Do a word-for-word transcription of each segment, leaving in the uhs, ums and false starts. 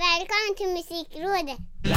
Välkommen till Musikrådet!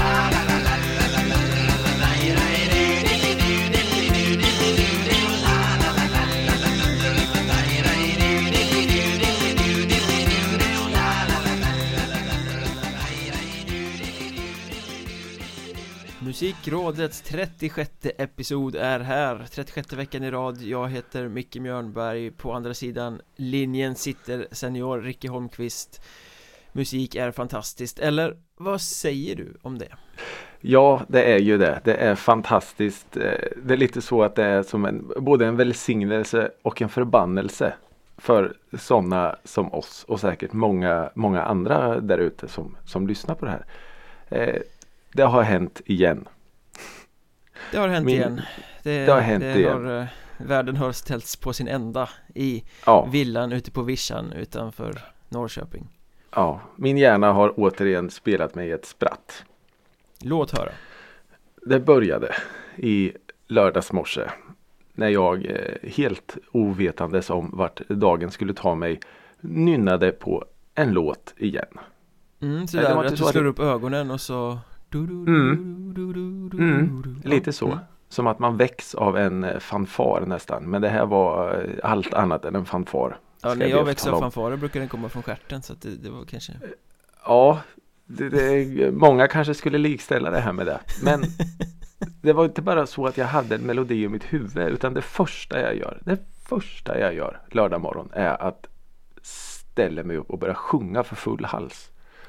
Musikrådets trettiosjätte episod är här, trettiosjätte veckan i rad. Jag heter Micke Mjörnberg. På andra sidan linjen sitter senior Ricky Holmqvist. Musik är fantastiskt, eller vad säger du om det? Ja, det är ju det. Det är fantastiskt. Det är lite så att det är som en, både en välsignelse och en förbannelse för sådana som oss och säkert många, många andra där ute som, som lyssnar på det här. Eh, det har hänt igen. Det har hänt Min, igen. Det, det har hänt det igen. Har, världen har ställts på sin ända i ja. villan ute på Vischan utanför Norrköping. Ja, min hjärna har återigen spelat mig ett spratt. Låt höra. Det började i lördagsmorse när jag eh, helt ovetandes om vart dagen skulle ta mig nynnade på en låt igen. Mm, så där att du slår det... upp ögonen och så... Mm. Mm, lite så. Mm. Som att man väcks av en fanfar nästan. Men det här var allt annat än en fanfar. Ja, när jag växer av fanfarer brukar den komma från stjärten. Så att det, det var kanske... Ja, det, det, många kanske skulle likställa det här med det. Men det var inte bara så att jag hade en melodi i mitt huvud. Utan det första jag gör, det första jag gör lördag morgon är att ställa mig upp och börja sjunga för full hals.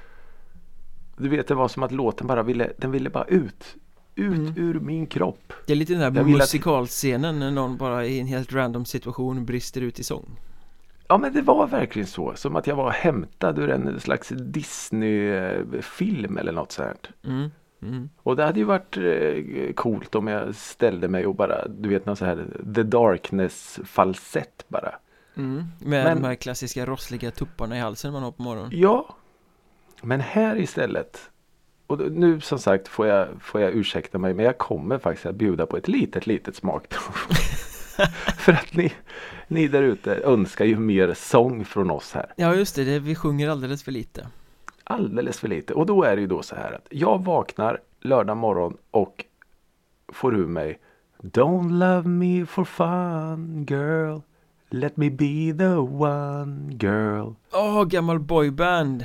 Du vet, det var som att låten bara ville, den ville bara ut. Ut mm. ur min kropp. Det är lite den här musikalscenen när någon bara i en helt random situation brister ut i sång. Ja, men det var verkligen så. Som att jag var hämtad ur en slags Disney-film eller något sånt. Mm. Mm. Och det hade ju varit eh, coolt om jag ställde mig och bara, du vet, någon så här The Darkness-falsett bara. Mm. Med men, de här klassiska rossliga tupparna i halsen man har på morgonen. Ja, men här istället, och nu som sagt får jag, får jag ursäkta mig, men jag kommer faktiskt att bjuda på ett litet, litet smakprov. För att ni, ni där ute önskar ju mer sång från oss här. Ja, just det, det, vi sjunger alldeles för lite. Alldeles för lite. Och då är det ju då så här att jag vaknar lördag morgon och får ur mig Don't love me for fun, girl. Let me be the one, girl. Åh, oh, gammal boyband.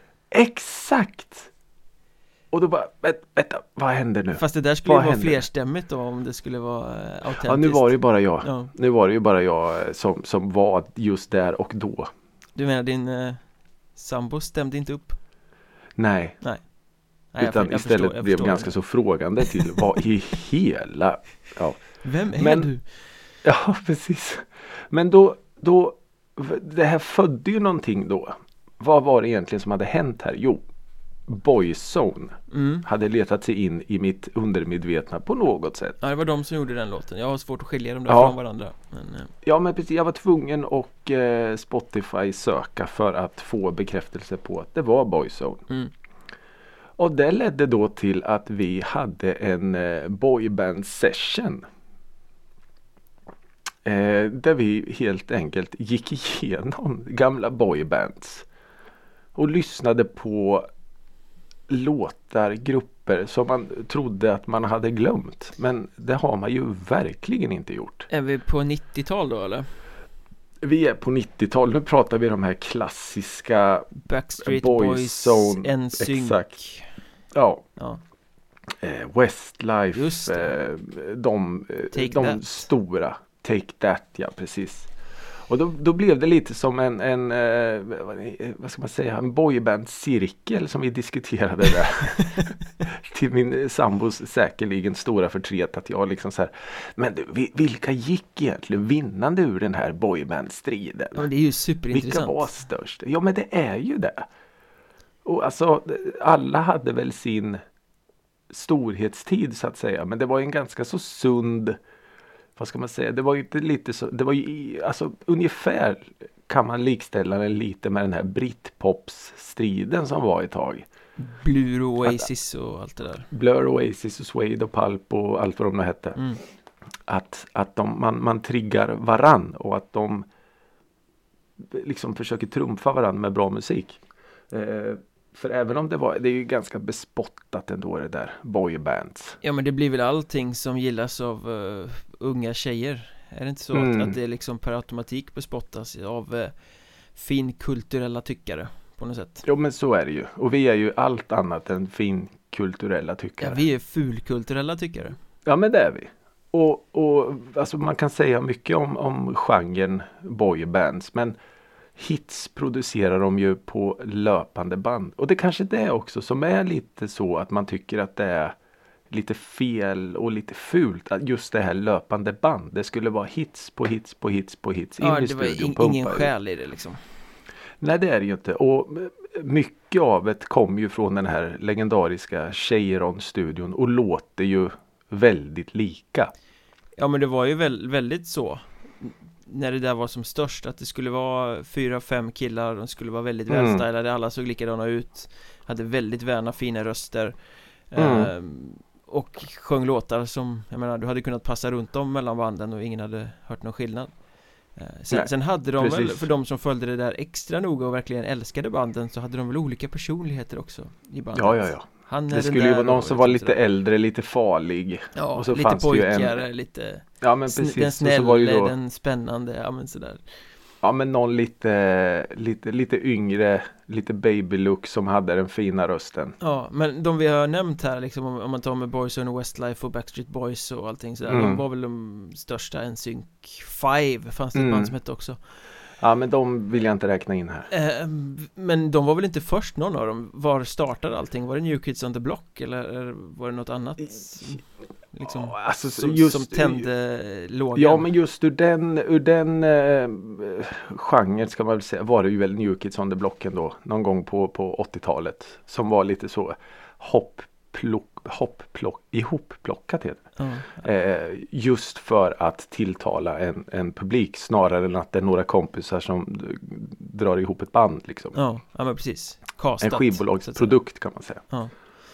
Exakt! Och då bara, vänta, vänta, vad händer nu? Fast det där skulle ju vara flerstämmigt då, om det skulle vara uh, autentiskt. Ja, nu var det ju bara jag. Ja. Nu var det ju bara jag som, som var just där och då. Du menar din uh, sambo stämde inte upp? Nej. Nej. Nej Utan jag, jag istället förstår, jag blev förstår ganska det. så frågande till vad i hela... Ja. Vem är Men, du? Ja, precis. Men då, då, det här födde ju någonting då. Vad var det egentligen som hade hänt här? Jo, Boyzone mm. hade letat sig in i mitt undermedvetna på något sätt. Ja, det var de som gjorde den låten. Jag har svårt att skilja dem där ja. från varandra. Men, eh. Ja, men precis. Jag var tvungen att eh, Spotify söka för att få bekräftelse på att det var Boyzone. Mm. Och det ledde då till att vi hade en eh, boyband session. Eh, där vi helt enkelt gick igenom gamla boybands. Och lyssnade på låtar, grupper som man trodde att man hade glömt. Men det har man ju verkligen inte gjort. Är vi på nittiotal då eller? Vi är på nittiotal. Nu pratar vi de här klassiska Backstreet Boys, N Sync. Exakt. Ja. ja. Eh, Westlife. Eh, de de stora. Take That, ja precis. Och då, då blev det lite som en, en eh, vad ska man säga, en boyband-cirkel som vi diskuterade där. Till min sambos säkerligen stora förtret att jag liksom så här, men du, vilka gick egentligen vinnande ur den här boyband-striden? Ja, det är ju superintressant. Vilka var störst? Ja, men det är ju det. Och alltså, alla hade väl sin storhetstid så att säga, men det var en ganska så sund, vad ska man säga, det var ju inte lite så, det var ju alltså ungefär kan man likställa den lite med den här Britpops-striden som var ett tag. Blur och Oasis och allt det där. Blur, Oasis och Suede och Pulp och allt vad de nu hette. Mm. Att, att de, man, man triggar varann och att de liksom försöker trumfa varann med bra musik. Eh, För även om det var, det är ju ganska bespottat ändå det där boybands. Ja, men det blir väl allting som gillas av uh, unga tjejer. Är det inte så mm. att, att det liksom per automatik bespottas av uh, finkulturella tyckare på något sätt? Jo, men så är det ju. Och vi är ju allt annat än finkulturella tyckare. Ja, vi är fulkulturella tyckare. Ja, men det är vi. Och, och alltså man kan säga mycket om, om genren boybands, men hits producerar de ju på löpande band. Och det kanske det är också som är lite så att man tycker att det är lite fel och lite fult att just det här löpande band. Det skulle vara hits på hits på hits på hits ja, in i det var studion. In, ingen själ i det liksom. Nej, det är det ju inte. Och mycket av det kom ju från den här legendariska Cheiron-studion och låter ju väldigt lika. Ja, men det var ju väl, väldigt så när det där var som störst, att det skulle vara fyra, fem killar, de skulle vara väldigt mm. välstylade, alla såg likadana ut, hade väldigt väna, fina röster mm. ehm, och sjöng låtar som, jag menar, du hade kunnat passa runt dem mellan banden och ingen hade hört någon skillnad. ehm, sen, Nej, sen hade de precis. väl, för de som följde det där extra noga och verkligen älskade banden, så hade de väl olika personligheter också i bandet. Ja, ja, ja. Han det skulle ju vara någon som var lite äldre, lite farlig. Ja, och så lite fanns pojkare, en... lite ja, men precis. den snälla, var ju då... den spännande, ja men sådär. Ja, men någon lite, lite, lite yngre, lite baby look som hade den fina rösten. Ja, men de vi har nämnt här, liksom, om, om man tar med Boyzone och Westlife och Backstreet Boys och allting sådär, mm. de var väl de största. N Sync Five fanns det ett mm. band som hette också. Ja, men de vill jag inte räkna in här. Eh, men de var väl inte först, någon av dem? Var startade allting? Var det New Kids on the Block eller var det något annat? Liksom, ja, alltså, som, just, som tände lågan? Ja, men just ur den, ur den eh, genren ska man väl säga, var det ju väl New Kids on the Block ändå, någon gång på, på åttiotalet, som var lite så hopplock, hopplock, ihopplockat heter det. Mm. Eh, just för att tilltala en, en publik snarare än att det är några kompisar som drar ihop ett band liksom. Ja, ja men precis. Castat, en skivbolagsprodukt kan man säga. Ja.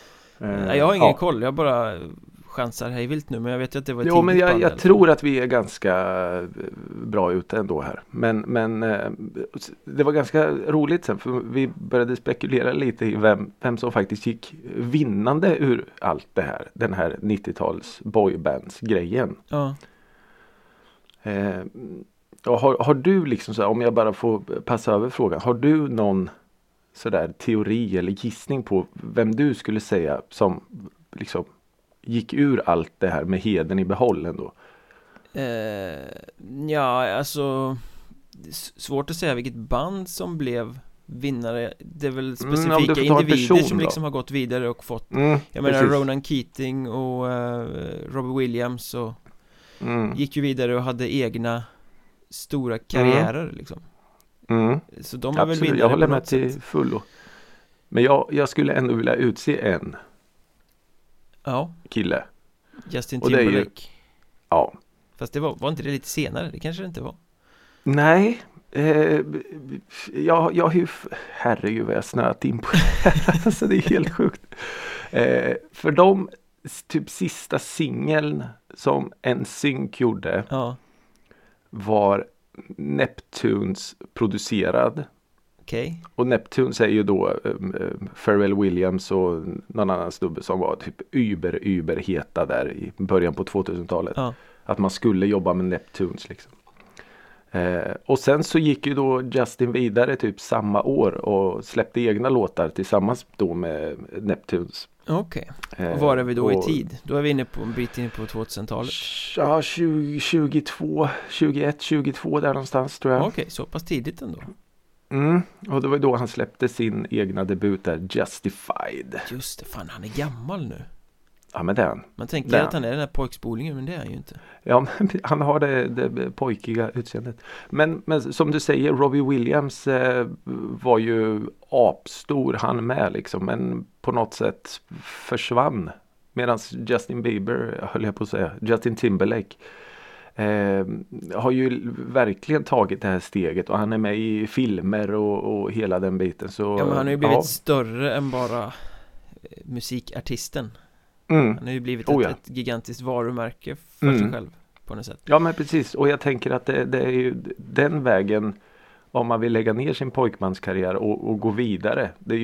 Eh, jag har ingen ja. koll, jag bara chansar hej vilt nu, men jag vet ju att det var ett Jo, men jag, band, jag tror att vi är ganska bra ute ändå här. Men, men eh, det var ganska roligt sen, för vi började spekulera lite i vem, vem som faktiskt gick vinnande ur allt det här. Den här nittio-tals boybands-grejen. Ja. Eh, och har, har du liksom så här, om jag bara får passa över frågan, har du någon sådär teori eller gissning på vem du skulle säga som liksom gick ur allt det här med heden i behåll ändå? Eh, ja, alltså svårt att säga vilket band som blev vinnare. Det är väl specifika mm, individer person, som liksom då har gått vidare och fått mm, jag menar precis. Ronan Keating och uh, Robbie Williams och mm. gick ju vidare och hade egna stora karriärer mm. liksom. Mm. Så de har väl vinnare. Jag håller med till fullo. Men jag, jag skulle ändå vilja utse en ja. kille. Justin Timberlake. Ju, ja. Fast det var, var inte det lite senare? Det kanske det inte var. Nej. Eh, jag, jag har ju, herregud vad jag snöat in på det. Alltså det är helt sjukt. Eh, för de typ sista singeln som N Sync gjorde ja. var Neptunes producerad. Okay. Och Neptunes är ju då um, Pharrell Williams och någon annan snubbe som var typ uber, uber heta där i början på tvåtusentalet. Ja. Att man skulle jobba med Neptunes liksom. Eh, och sen så gick ju då Justin vidare typ samma år och släppte egna låtar tillsammans då med Neptunes. Okej, okay. Och var är vi då och, i tid? Då är vi inne på en bit in på tvåtusentalet. Ja, tjugo, tjugotvå, tjugoett, tjugotvå där någonstans tror jag. Okej, okay, så pass tidigt ändå. Mm, och det var då han släppte sin egna debut där, Justified. Just det, fan han är gammal nu. Ja, men det är han. Man tänker det att han är den här pojkspolingen, men det är han ju inte. Ja, men han har det, det pojkiga utseendet. Men, men som du säger, Robbie Williams eh, var ju apstor han med liksom, men på något sätt försvann. Medan Justin Bieber, höll jag på att säga, Justin Timberlake eh, har ju verkligen tagit det här steget och han är med i filmer och, och hela den biten. Så, ja, men han har ju blivit ja. större än bara musikartisten. Mm. Han har ju blivit oh, ett, ja. ett gigantiskt varumärke för mm. sig själv på något sätt. Ja, men precis. Och jag tänker att det, det är ju den vägen, om man vill lägga ner sin pojkmanskarriär och, och gå vidare. Det är ju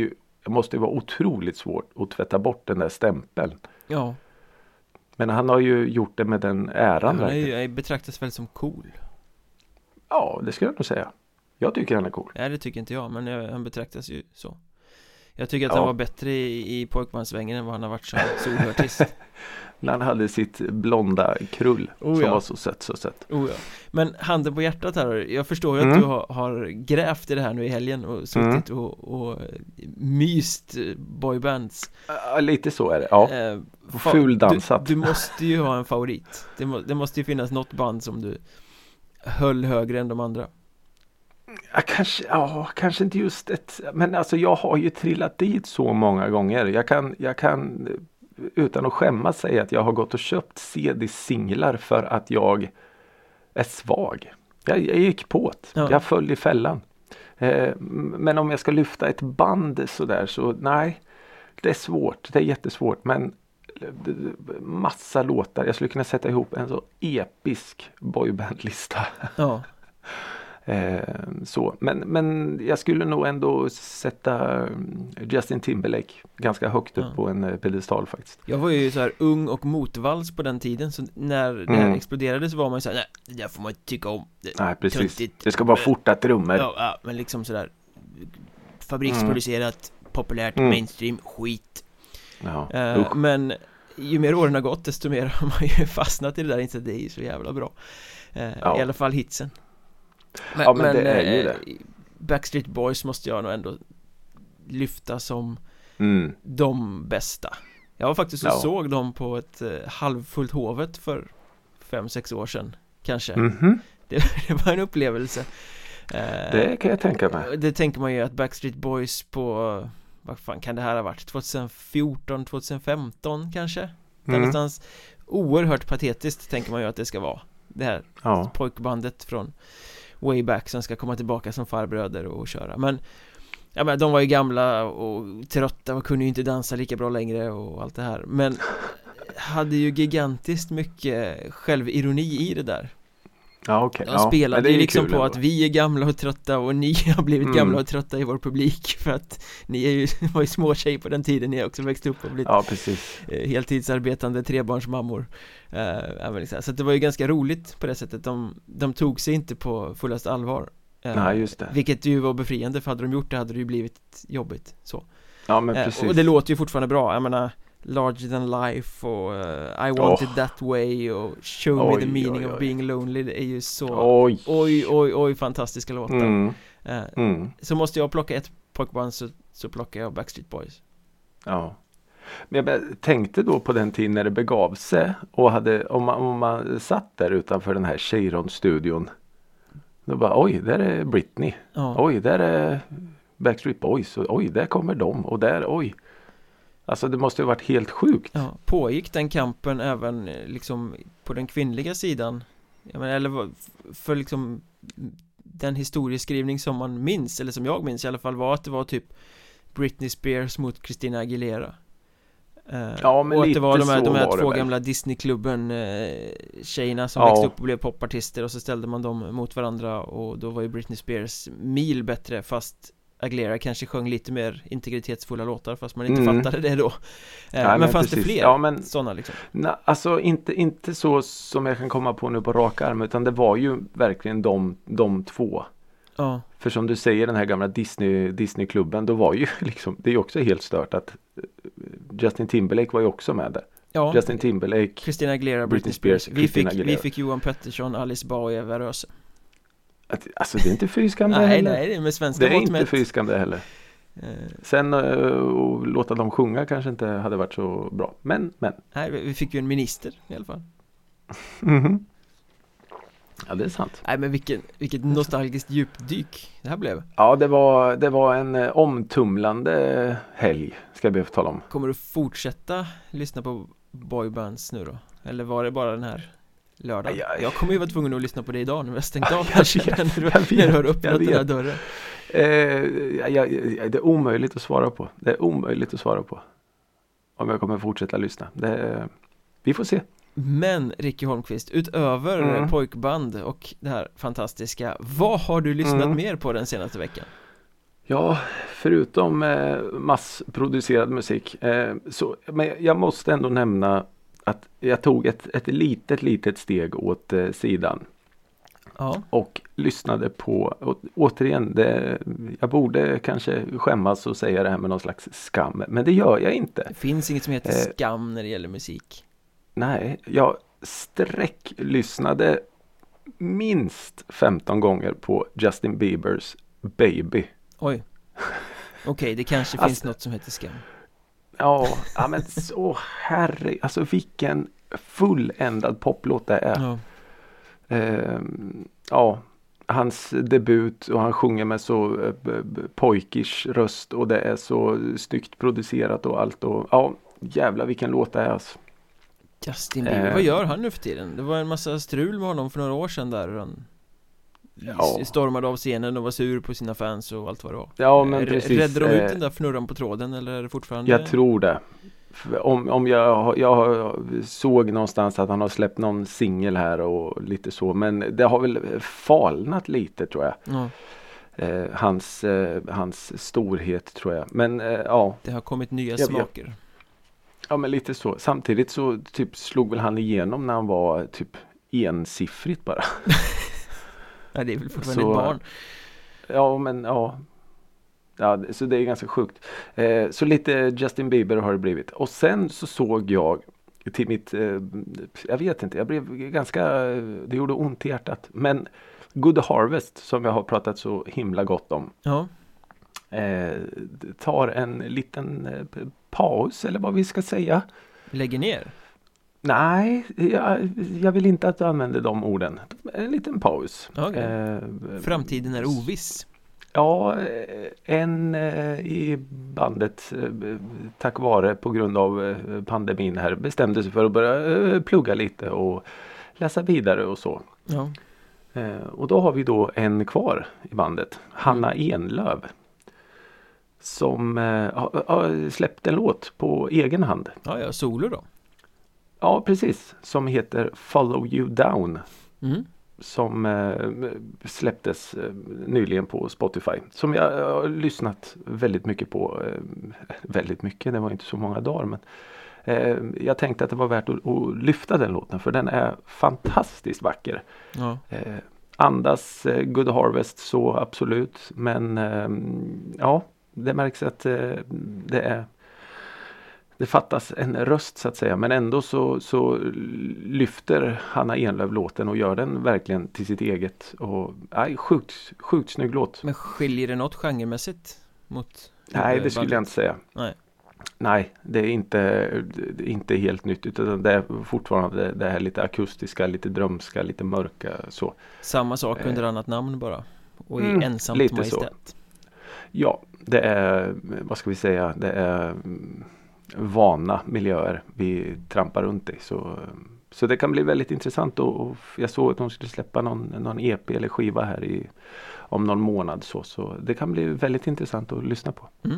det måste ju vara otroligt svårt att tvätta bort den där stämpeln. Ja. Men han har ju gjort det med den äran. Han är ju, jag betraktas väl som cool. Ja, det skulle jag nog säga. Jag tycker han är cool. Nej, det tycker inte jag, men jag, han betraktas ju så. Jag tycker att ja. han var bättre i, i pojkmansvängen än vad han har varit som solartist. När han hade sitt blonda krull oh, som ja. var så sött, så sött. Oh, ja. Men handen på hjärtat här, jag förstår ju mm. att du har, har grävt i det här nu i helgen och suttit mm. och, och myst boybands. Uh, lite så är det, ja. Uh, Fuldansat. Du, du måste ju ha en favorit. Det, må, det måste ju finnas något band som du höll högre än de andra. Ja, kanske, ja, kanske inte just ett, men alltså jag har ju trillat dit så många gånger. Jag kan, jag kan utan att skämmas säga att jag har gått och köpt C D-singlar för att jag är svag. Jag, jag gick på det. Ja. Jag föll i fällan. Eh, men om jag ska lyfta ett band så där så nej, det är svårt. Det är jättesvårt, men massa låtar. Jag skulle kunna sätta ihop en så episk boybandlista. Ja. Eh, så. Men, men jag skulle nog ändå sätta Justin Timberlake ganska högt upp ja. på en pedestal faktiskt. Jag var ju så här ung och motvalls på den tiden, så när det här mm. exploderade så var man ju så här, nej, det där får man inte tycka om. Det, nej, precis. Töntigt. Det ska vara forta trummor. Ja, ja, men liksom sådär fabriksproducerat, mm. populärt, mm. mainstream, skit. Ja, eh, men ju mer åren har gått desto mer har man ju fastnat i det där, inte det är ju så jävla bra. Eh, ja. I alla fall hitsen. Men, ja, men, men det är ju eh, det. Backstreet Boys måste jag nog ändå lyfta som mm. de bästa. Jag var faktiskt och ja. såg dem på ett eh, halvfullt Hovet för fem, sex år sedan kanske. Mm-hmm. Det, det var en upplevelse. Eh, det kan jag tänka mig. Det tänker man ju att Backstreet Boys på, vad fan kan det här ha varit? tjugohundrafjorton, tjugohundrafemton kanske? Mm. Någonstans oerhört patetiskt tänker man ju att det ska vara. Det här ja. pojkbandet från way back som ska komma tillbaka som farbröder och köra. Men, ja, men de var ju gamla och trötta och kunde ju inte dansa lika bra längre och allt det här. Men hade ju gigantiskt mycket självironi i det där. Ja, okej. Okay. De spelade ju liksom på ändå. Att vi är gamla och trötta och ni har blivit mm. gamla och trötta i vår publik, för att ni är ju, var ju små tjej på den tiden, ni har också växt upp och blivit ja, precis. eh, heltidsarbetande trebarnsmammor. Eh, så att det var ju ganska roligt på det sättet. De, de tog sig inte på fullast allvar. Eh, Nej, just det. Vilket ju var befriande, för hade de gjort det hade det ju blivit jobbigt. Så. Ja, men precis. Eh, och det låter ju fortfarande bra. Jag menar, Larger than life och uh, I want oh. it that way och Show oj, me the meaning oj, oj. of being lonely. Det är ju så oj, oj, oj, oj fantastiska låtar. mm. Uh, mm. Så måste jag plocka ett pojkband så, så plockar jag Backstreet Boys. Ja. Men jag tänkte då på den tiden när det begav sig och hade, om, man, om man satt där utanför den här Cheiron-studion, då bara, oj, där är Britney. Ja. Oj, där är Backstreet Boys. Och, oj, där kommer de. Och där, oj. Alltså det måste ju ha varit helt sjukt. Ja, pågick den kampen även liksom på den kvinnliga sidan? Jag menar, eller för liksom den historieskrivning som man minns, eller som jag minns i alla fall, var att det var typ Britney Spears mot Christina Aguilera. Ja, men och lite att det var de här, de här två väl. gamla Disneyklubben eh, tjejerna som ja. växte upp och blev popartister, och så ställde man dem mot varandra, och då var ju Britney Spears mil bättre, fast Aguilera kanske sjöng lite mer integritetsfulla låtar, fast man inte mm. fattade det då. Eh, ja, men, men fanns precis. det fler ja, men, sådana liksom? Na, alltså inte, inte så som jag kan komma på nu på rak arm, utan det var ju verkligen de, de två. Ja. För som du säger, den här gamla Disney, Disneyklubben, då var ju liksom, det är ju också helt stört att Justin Timberlake var ju också med där. Ja. Justin Timberlake, Christina Aguilera, Britney, Britney Spears. Vi fick, vi fick Johan Pettersson, Alice Bah och Eva Röse. Alltså det är inte fyskande nej, heller. Nej, det är med svenska Det är inte med. fyskande heller. Uh. Sen uh, att låta dem sjunga kanske inte hade varit så bra. Men, men. Nej, vi fick ju en minister i alla fall. Mhm. Ja, det är sant. Nej, men vilken, vilket nostalgiskt djupdyk det här blev. Ja, det var, det var en eh, omtumlande helg, ska jag be att tala om. Kommer du fortsätta lyssna på boybands nu då? Eller var det bara den här lördagen? Ja, ja. Jag kommer ju vara tvungen att lyssna på det idag när vi har stängt av. Jag vet, när du, jag vet, när du har öppnat den här dörren. Eh, ja, ja, det är omöjligt att svara på. Det är omöjligt att svara på. Om jag kommer fortsätta lyssna. Det, vi får se. Men Ricky Holmqvist, utöver mm. pojkband och det här fantastiska, vad har du lyssnat mm. mer på den senaste veckan? Ja, förutom eh, massproducerad musik eh, så, men jag måste ändå nämna att jag tog ett, ett litet, litet steg åt eh, sidan. Ja. Och lyssnade på, å, återigen, det, jag borde kanske skämmas och säga det här med någon slags skam, men det gör jag inte. Det finns inget som heter eh, skam när det gäller musik. Nej, jag sträck lyssnade minst femton gånger på Justin Biebers Baby. Oj. Okej, okay, det kanske alltså, finns något som heter skam. Ja, ja men så herre, alltså vilken fulländad poplåt det är. Ja. Eh, ja, hans debut och han sjunger med så eh, pojkish röst och det är så snyggt producerat och allt och ja, jävla vilken låt det är alltså. Justin Bieber, eh, vad gör han nu för tiden? Det var en massa strul med honom för några år sedan där han ja. stormade av scenen och var sur på sina fans och allt vad det var. Ja, men precis. Räddade de ut eh, den där fnurran på tråden eller är det fortfarande? Jag tror det. Om, om jag, jag såg någonstans att han har släppt någon singel här och lite så, men det har väl falnat lite tror jag. Ja. Eh, hans, eh, hans storhet tror jag. Men eh, ja. Det har kommit nya jag, smaker. Jag, ja men lite så. Samtidigt så typ slog väl han igenom när han var typ ensiffrigt bara. Ja, det är väl fortfarande så, ett barn. Ja men ja. Ja, så det är ganska sjukt. Eh, så lite Justin Bieber har det blivit. Och sen så såg jag till mitt, eh, jag vet inte, jag blev ganska, det gjorde ont i hjärtat. Men Good Harvest som jag har pratat så himla gott om. Ja. Eh, tar en liten eh, paus eller vad vi ska säga. Lägger ner? Nej, jag, jag vill inte att du använder de orden. En liten paus. Okay. Eh, Framtiden är oviss. Ja, en eh, i bandet eh, tack vare på grund av eh, pandemin här bestämde sig för att börja eh, plugga lite och läsa vidare och så. Ja. Eh, och då har vi då en kvar i bandet, Hanna Enlöv, som eh, har, har släppt en låt på egen hand. Ja, ja, solo då. Ja, precis. Som heter Follow You Down. Mm. Som eh, släpptes eh, nyligen på Spotify. Som jag eh, har lyssnat väldigt mycket på. Eh, väldigt mycket, det var inte så många dagar. Men eh, jag tänkte att det var värt att, att lyfta den låten. För den är fantastiskt vacker. Ja. Eh, andas eh, Good Harvest så absolut. Men eh, ja, det märks att eh, det är Det fattas en röst så att säga, men ändå så, så lyfter Hanna Enlöv låten och gör den verkligen till sitt eget. Och, aj, sjukt, sjukt snygg låt. Men skiljer det något genremässigt mot? Nej, det skulle jag inte säga. Nej. Nej, det är inte, det är inte helt nytt utan det är fortfarande det här lite akustiska, lite drömska, lite mörka så. Samma sak under eh. annat namn bara. Och i mm, ensamt lite majestät. Så. Ja, det är, vad ska vi säga, det är vana miljöer vi trampar runt i. Så, så det kan bli väldigt intressant och, och jag såg att de skulle släppa någon, någon E P eller skiva här i, om någon månad. Så, så det kan bli väldigt intressant att lyssna på. Mm.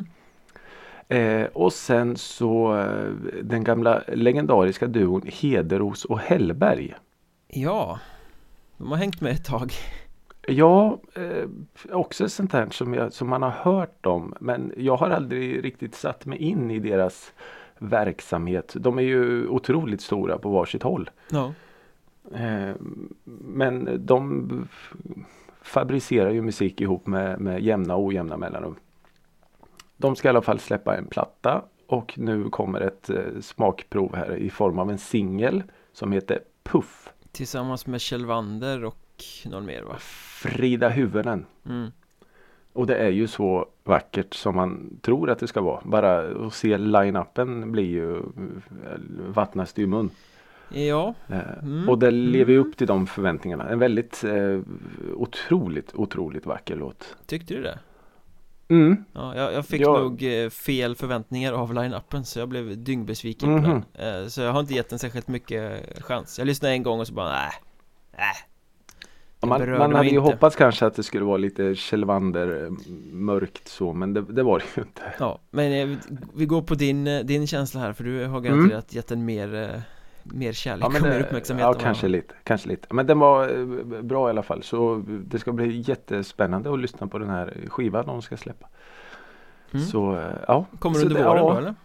Eh, och sen så eh, den gamla legendariska duon Hederos och Hellberg. Ja, de har hängt med ett tag. Ja, eh, också sånt här som, jag, som man har hört om. Men jag har aldrig riktigt satt mig in i deras verksamhet. De är ju otroligt stora på varsitt håll. Ja. Eh, men de fabricerar ju musik ihop med, med jämna och ojämna mellanrum. De ska i alla fall släppa en platta. Och nu kommer ett eh, smakprov här i form av en singel som heter Puff. Tillsammans med Kjell Wander och någon mer va? Frida Huvuden. Mm. Och det är ju så vackert som man tror att det ska vara. Bara att se line-upen blir ju vattnas i mun. Ja. Mm. Och det lever ju upp till de förväntningarna. En väldigt eh, otroligt, otroligt vacker låt. Tyckte du det? Mm. Ja, jag, jag fick jag... nog eh, fel förväntningar av line-upen så jag blev dyngbesviken mm-hmm. på den. Eh, så jag har inte gett den särskilt mycket chans. Jag lyssnade en gång och så bara, nej, nej. Man, man hade ju inte. Hoppats kanske att det skulle vara lite Kjell Wander mörkt så, men det, det var det ju inte. Ja, men eh, vi går på din, din känsla här för du har garanterat mm. gett den mer, mer kärlek ja, men och det, mer uppmärksamhet. Ja, kanske lite, kanske lite. Men den var eh, bra i alla fall. Så det ska bli jättespännande att lyssna på den här skivan de ska släppa. Mm. Så eh, ja. Kommer så under det, våren ja, då eller?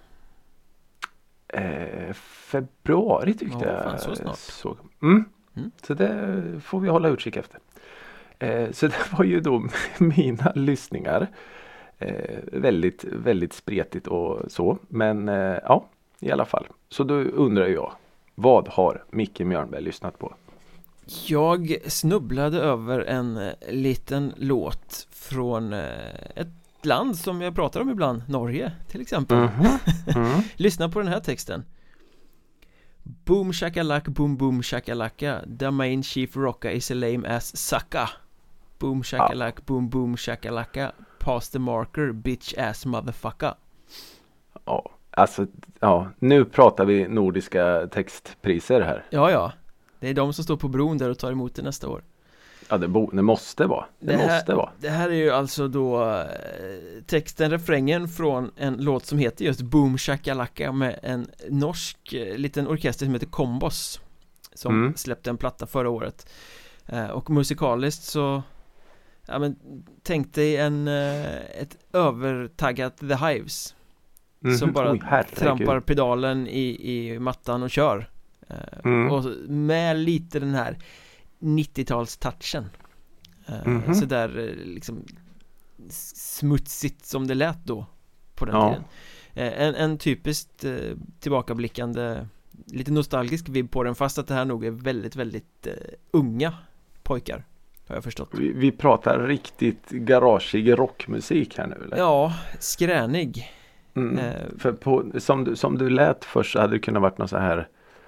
Eh, februari tyckte Ja, jag. fan, så snart. Så, mm. Mm. så det får vi hålla utkik efter. Eh, så det var ju då mina lyssningar. Eh, väldigt, väldigt spretigt och så. Men eh, ja, i alla fall. Så då undrar jag, vad har Micke Mjörnberg lyssnat på? Jag snubblade över en eh, liten låt från eh, ett land som jag pratar om ibland, Norge till exempel. Mm-hmm. Mm. Lyssna på den här texten. Boom shakalak boom boom shakalaka, the main chief rocka is a lame ass sucka. Boom shakalak ja. boom boom shakalaka, pass the marker bitch ass motherfucker. Ja, alltså ja, nu pratar vi nordiska textpriser här. Ja, ja. Det är de som står på bron där och tar emot det nästa år. Ja, det, bo, det måste vara. Det, det här, måste vara. Det här är ju alltså då eh, texten, refrängen från en låt som heter just Boom Shakalaka med en norsk eh, liten orkester som heter Kombos som mm. släppte en platta förra året. Eh, och musikaliskt så ja, men tänk dig en eh, ett övertaggat The Hives mm. som bara Oj, trampar pedalen i, i mattan och kör. Eh, mm. och med lite den här nittio-tals-touchen uh, mm-hmm. Så där liksom smutsigt som det lät då på den ja. tiden. uh, en, en typiskt uh, tillbakablickande, lite nostalgisk vibb på den, fast att det här nog är väldigt, väldigt uh, unga pojkar, har jag förstått. Vi, vi pratar riktigt garageig rockmusik här nu, eller? Ja, skränig. Mm. Uh, För på, som, du, som du lät först så hade det kunnat varit något så här,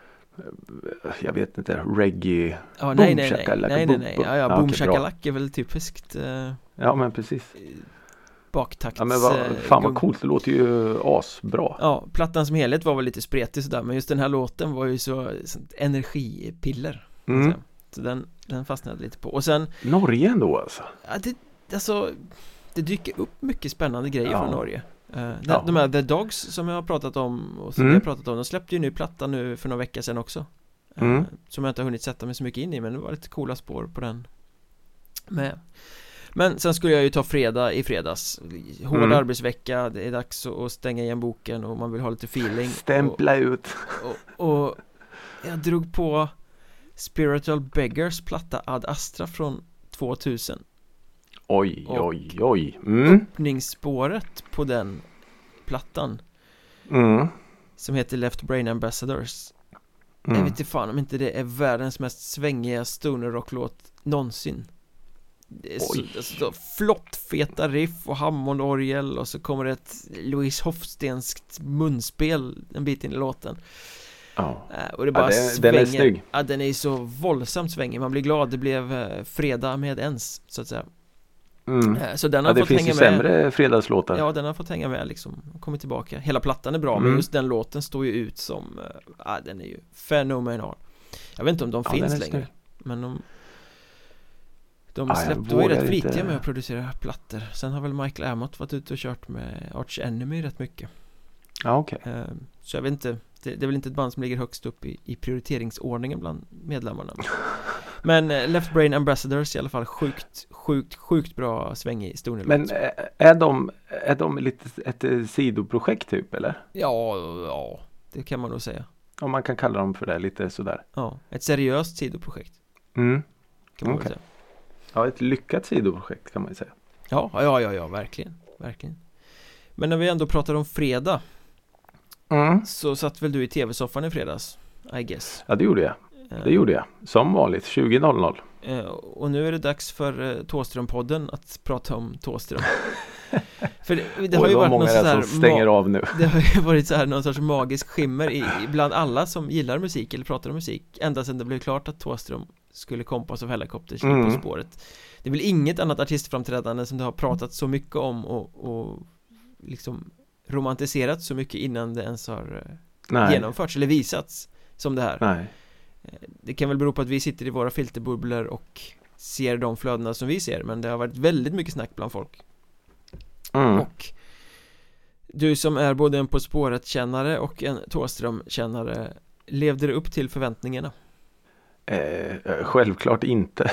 jag vet inte, reggae. Ja, nej, nej, nej, nej, nej, nej. Ja, ja, boom shakalak är väl typiskt uh, ja, men precis. Baktakts. Ja, men vad, fan vad coolt, det låter ju asbra. Ja, plattan som helhet var väl lite spretig sådär, men just den här låten var ju så sånt energipiller. Mm. Så den, den fastnade lite på. Och sen Norge ändå alltså. Ja, det, alltså det dyker upp mycket spännande grejer ja. från Norge. Uh, de, ja. de här The Dogs som jag har pratat om och som mm. vi har pratat om, de släppte ju ny platta nu för några veckor sedan också. Uh, mm. Som jag inte har hunnit sätta mig så mycket in i, men det var lite coola spår på den med. Men sen skulle jag ju ta fredag i fredags. Hård mm. arbetsvecka, det är dags att stänga igen boken och man vill ha lite feeling. Stämpla och, ut. Och, och jag drog på Spiritual Beggars platta Ad Astra från tvåtusen. Oj, och oj, oj. Mm. Öppningsspåret på den plattan mm. som heter Left Brain Ambassadors. Mm. Jag vet inte fan om inte det är världens mest svängiga stoner rocklåt någonsin. Det är så, så flott feta riff och Hammond-orgel och så kommer det ett Louis Hofstenskt munspel en bit in i låten. Ja. Uh, och det bara ja, det, den är snygg. Ja, den är så våldsamt svängig. Man blir glad, det blev uh, fredag med ens, så att säga. Mm. Uh, så den har ja, det fått finns hänga ju med. sämre fredagslåtar. Ja, den har fått hänga med liksom, kommit tillbaka. Hela plattan är bra, mm. men just den låten står ju ut som uh, ja, den är ju fenomenal. Jag vet inte om de ja, finns längre, snygg. men de de ah, släppte, då är rätt flitiga inte. med att producera plattor. Sen har väl Michael Amott varit ute och kört med Arch Enemy rätt mycket. Ja, okej. Okay. Uh, så jag vet inte, det, det är väl inte ett band som ligger högst upp i, i prioriteringsordningen bland medlemmarna. Men uh, Left Brain Ambassadors i alla fall sjukt, sjukt, sjukt bra sväng i stoner. Men är de, är de lite ett sidoprojekt typ, eller? Ja, ja, det kan man nog säga. Om man kan kalla dem för det, lite sådär. Ja, ett seriöst sidoprojekt. Mm. Kan man okay. säga. Ja, ett lyckat sidoprojekt kan man ju säga. Ja, ja, ja, ja, verkligen, verkligen. Men när vi ändå pratar om fredag mm. så satt väl du i tv-soffan i fredags, I guess. Ja, det gjorde jag. Det gjorde jag. Som vanligt, tjugo noll noll. Uh, och nu är det dags för uh, Thåström-podden att prata om Thåström. För det, det har ju varit någon så här som stänger ma- av nu. Det har ju varit så här någon sorts magisk skimmer i, bland alla som gillar musik eller pratar om musik, ända sedan det blev klart att Thåström skulle kompas av Hellacopters mm. på spåret. Det är väl inget annat artistframträdande som det har pratat så mycket om och, och liksom romantiserat så mycket innan det ens har uh, genomförts eller visats som det här. Nej. Det kan väl bero på att vi sitter i våra filterbubblor och ser de flödena som vi ser, men det har varit väldigt mycket snack bland folk. Mm. Och du som är både en På spåret-kännare och en Thåström-kännare Levde det upp till förväntningarna? Eh, självklart inte.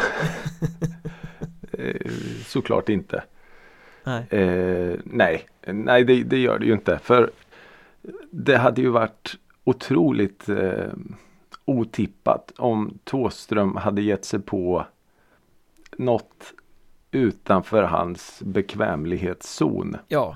eh, såklart inte. Nej, eh, nej, nej det, det gör det ju inte. För det hade ju varit otroligt eh, otippat om Thåström hade gett sig på något utanför hans bekvämlighetszon. Ja.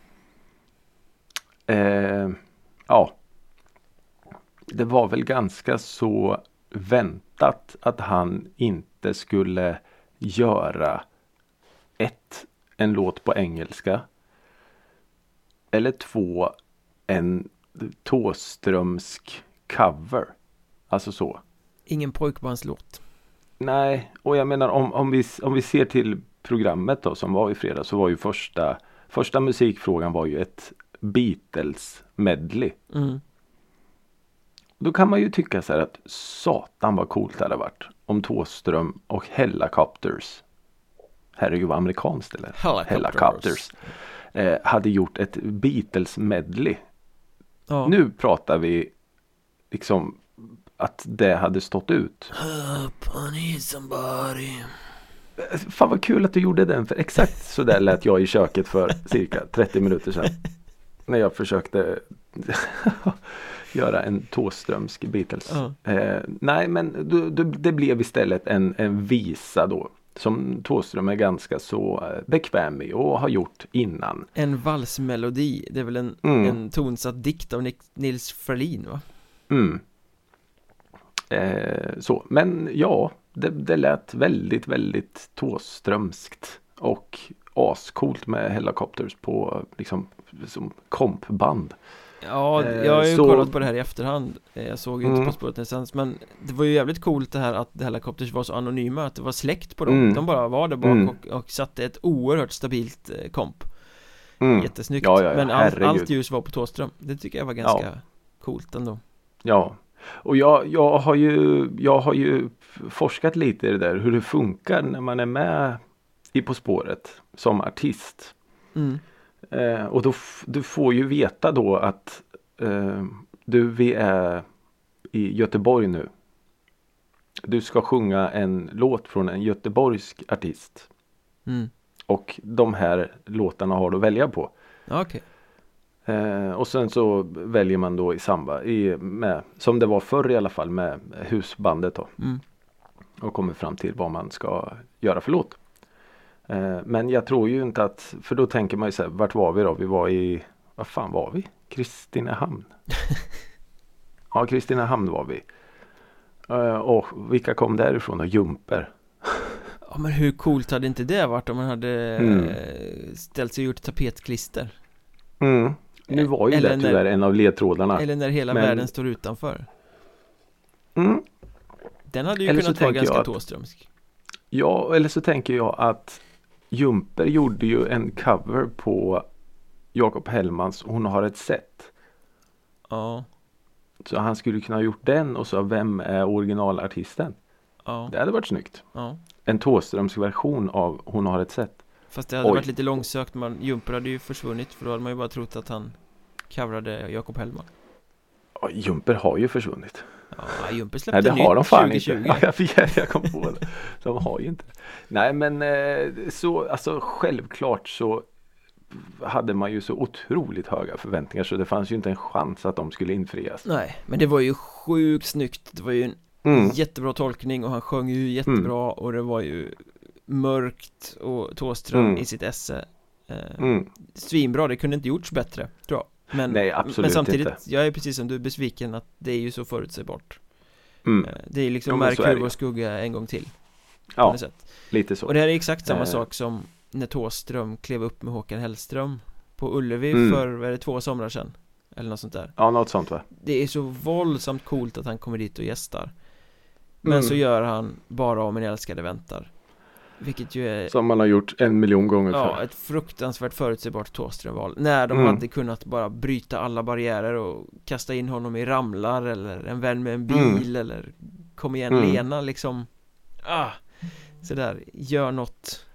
Eh, ja. Det var väl ganska så väntat att han inte skulle göra ett, en låt på engelska. Eller två, en Thåströmsk cover. Alltså så. Ingen pojkbandslåt. Nej, och jag menar om, om, vi, om vi ser till programmet då som var i fredag, så var ju första, första musikfrågan var ju ett Beatles medley. Mm. Då kan man ju tycka så här att satan vad coolt det hade varit om Thåström och Hellacopters, herregud vad amerikanskt eller? Hellacopters, Hellacopters eh, hade gjort ett Beatles medley. Ja. Nu pratar vi liksom att det hade stått ut. Up, I need somebody. Fan vad kul att du gjorde den, för exakt så där lät jag i köket för cirka trettio minuter sedan. När jag försökte göra en Thåströmsk Beatles. Ja. Eh, nej, men du, du, det blev istället en, en visa då. Som Thåström är ganska så bekväm i och har gjort innan. En valsmelodi. Det är väl en, Mm. en tonsatt dikt av Nick, Nils Ferlin, va? Mm. Eh, så, men ja, det, det lät väldigt, väldigt Thåströmskt och ascoolt med Hellacopters på liksom som kompband. Ja, Eh, jag har ju så- kollat på det här i efterhand. Eh, Jag såg ju inte Mm. På spåret någonstans, men det var ju jävligt coolt det här att Hellacopters var så anonyma, att det var släkt på dem. Mm. De bara var där bak Mm. och, och satte ett oerhört stabilt eh, komp. Mm. Jättesnyggt. Ja, ja, ja, men all, herregud. allt ljus var på Thåström. Det tycker jag var ganska coolt ändå. Ja, och jag, jag, har ju, jag har ju forskat lite i det där hur det funkar när man är med i På spåret som artist. Mm. Eh, och då f- du får ju veta då att eh, du, vi är i Göteborg nu. Du ska sjunga en låt från en göteborgsk artist. Mm. Och de här låtarna har du att välja på. Ja, okej. Eh, och sen så väljer man då i samband i, med, som det var förr i alla fall, med husbandet då. Mm. Och kommer fram till vad man ska göra för låt. Eh, men jag tror ju inte att, för då tänker man ju så här, vart var vi då? Vi var i, vad fan var vi? Kristinehamn. Ja, Kristinehamn var vi. Eh, och vilka kom därifrån då? Jumper. Ja, men hur coolt hade inte det varit om man hade Mm. eh, ställt sig och gjort tapetklister? Mm. Nu var ju Eller det när- tyvärr en av ledtrådarna. Eller när hela Men- världen står utanför. Mm. Den hade ju Eller så kunnat vara tänker jag ganska att- Thåströmsk. Ja, eller så tänker jag att Jumper gjorde ju en cover på Jakob Hellmans Hon har ett sätt. Ja, Så han skulle kunna ha gjort den och så vem är originalartisten? ja, Det hade varit snyggt. ja. En Thåströmsk version av Hon har ett sätt. Fast det hade Oj. varit lite långsökt. Man, Jumper hade ju försvunnit, för då hade man ju bara trott att han coverade Jakob Hellman. Ja, Jumper har ju försvunnit. Ja, Jumper Nej, släppte det nytt har de fan tjugo tjugo. inte. Ja, jag, vet, jag kom på det. De har ju inte det. Nej, men eh, så, alltså självklart så hade man ju så otroligt höga förväntningar så det fanns ju inte en chans att de skulle infrias. Nej, men det var ju sjukt snyggt. Det var ju en Mm. jättebra tolkning och han sjöng ju jättebra och det var ju mörkt och Thåström Mm. i sitt esse. Eh, Mm. Svinbra, det kunde inte gjorts bättre, tror jag. Men, Nej, absolut men samtidigt, inte. jag är precis som du besviken att det är ju så förutsägbart. Mm. Eh, Det är liksom Ja, men så är det Merkur ju. och skugga en gång till. På Ja, något sätt. lite så. Och det här är exakt samma Eh. sak som när Thåström klev upp med Håkan Hellström på Ullevi Mm. för, vad är det, två somrar sedan? Eller något sånt där. Ja, något sånt va? Det är så våldsamt coolt att han kommer dit och gästar. Men Mm. så gör han bara om en älskade väntar. Vilket ju är Som man har gjort en miljon gånger ja, för. ett fruktansvärt förutsägbart Thåström-val. När de Mm. hade kunnat bara bryta alla barriärer och kasta in honom i ramlar eller en vän med en bil Mm. eller kom igen Mm. Lena liksom. Ah, sådär, gör något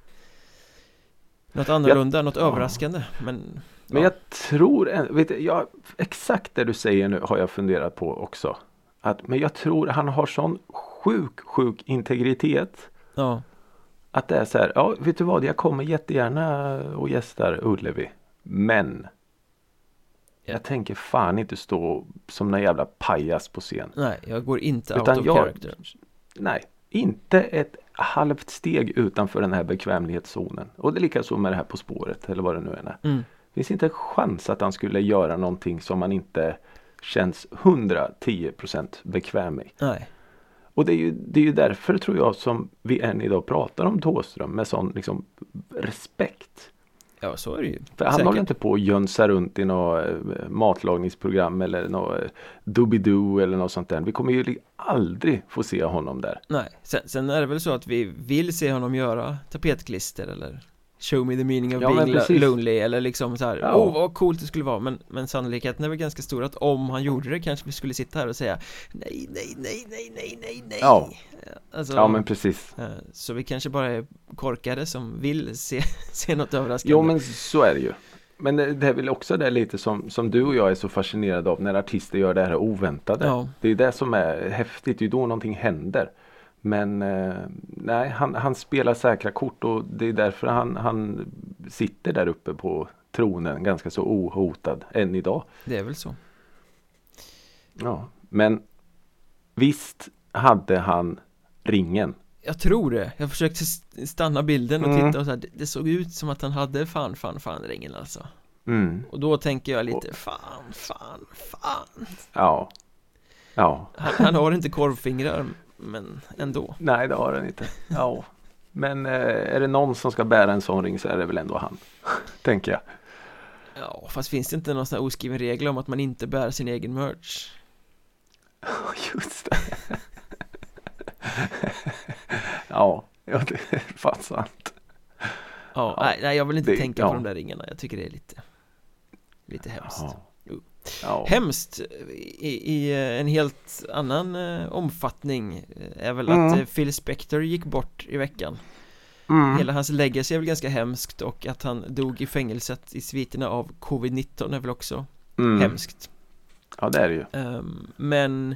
något annorlunda, något överraskande. Men, Men ja. jag tror, en- vet du, jag, exakt det du säger nu har jag funderat på också. att, men jag tror han har sån sjuk, sjuk integritet. Ja. Att det är så här, ja vet du vad, jag kommer jättegärna och gästar Ullevi. Men ja. jag tänker fan inte stå som en jävla pajas på scen. Nej, jag går inte Utan out of jag, character. Nej, inte ett halvt steg utanför den här bekvämlighetszonen. Och det är lika så med det här På spåret eller vad det nu är. Mm. Det finns inte en chans att han skulle göra någonting som man inte känns hundratio procent bekväm med. Nej. Och det är, ju, det är ju därför tror jag som vi än idag pratar om Thåström med sån liksom respekt. Ja, så är det ju. För han Säkert. håller inte på att jönsa runt i något matlagningsprogram eller något doobidoo eller något sånt där. Vi kommer ju aldrig få se honom där. Nej, sen, sen är det väl så att vi vill se honom göra tapetklister eller show me the meaning of ja, being precis. lonely eller liksom så här, åh ja. oh, vad coolt det skulle vara, men, men sannolikheten är väl ganska stor att om han gjorde det kanske vi skulle sitta här och säga nej, nej, nej, nej, nej, nej, nej. Ja, alltså, ja men precis. Så vi kanske bara är korkade som vill se, se något överraskande. Jo men så är det ju. Men det, det är väl också det lite som, som du och jag är så fascinerade av när artister gör det här oväntade. Ja. Det är det som är häftigt, det är då någonting händer. Men eh, nej, han, han spelar säkra kort och det är därför han, han sitter där uppe på tronen ganska så ohotad än idag. Det är väl så. Ja, men visst hade han ringen. Jag tror det. Jag försökte stanna bilden och mm. titta och så här, det, det såg ut som att han hade fan, fan, fan ringen alltså. Mm. Och då tänker jag lite, fan, fan, fan. Ja, ja. Han, han har inte korvfingrar, men ändå. Nej, det har han inte. Ja. Men eh, är det någon som ska bära en sån ring så är det väl ändå han, tänker jag. Ja, fast finns det inte någon sån här oskriven regel om att man inte bär sin egen merch? Just det. ja, ja, det är fan sant. Ja, ja nej, nej, jag vill inte det, tänka ja. på de där ringarna. Jag tycker det är lite lite hemskt. Ja. Jo. Ja. Hemskt i, i en helt annan eh, omfattning är väl Mm. att eh, Phil Spector gick bort i veckan. Mm. Hela hans legacy är väl ganska hemskt, och att han dog i fängelset i sviterna av covid nitton är väl också Mm. hemskt. Ja, det är det ju. Um, men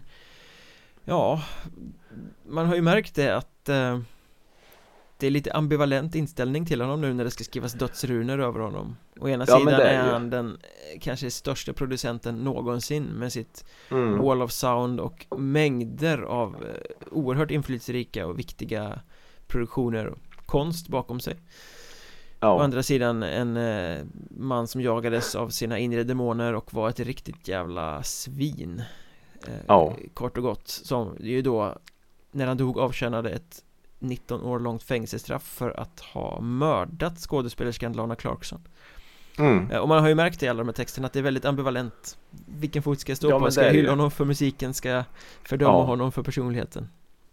ja, man har ju märkt det att uh, det är lite ambivalent inställning till honom nu när det ska skrivas dödsrunor över honom. Å ena Ja, sidan är är ju. han den eh, kanske största producenten någonsin med sitt Mm. Wall of Sound och mängder av eh, oerhört inflytelserika och viktiga produktioner och konst bakom sig. Ja. Å andra sidan en eh, man som jagades av sina inre demoner och var ett riktigt jävla svin. Eh, Ja. Kort och gott, som ju då när han dog avtjänade ett nitton år långt fängelsestraff för att ha mördat skådespelerskan Lana Clarkson. Mm. Eh, och man har ju märkt det i alla de här texterna att det är väldigt ambivalent. Vilken fot ska jag stå Ja, på? men Ska det jag är hylla ju- honom för musiken? Ska jag fördöma Ja. honom för personligheten?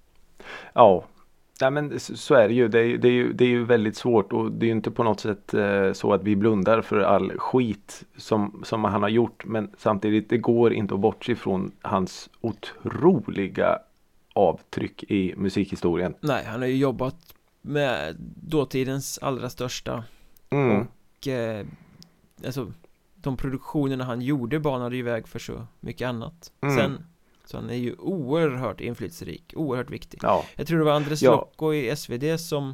Ja. Nej, men så så är det ju. Det är, ju- det är ju. det är ju väldigt svårt, och det är ju inte på något sätt eh, så att vi blundar för all skit som, som han har gjort, men samtidigt det går inte att bortse från hans otroliga avtryck i musikhistorien. Nej, han har ju jobbat med dåtidens allra största Mm. och eh, alltså de produktionerna han gjorde banade ju väg för så mycket annat. Mm. Sen så han är ju oerhört inflytelserik, oerhört viktig. Ja. Jag tror det var Andres Ja. Lokko i S V D som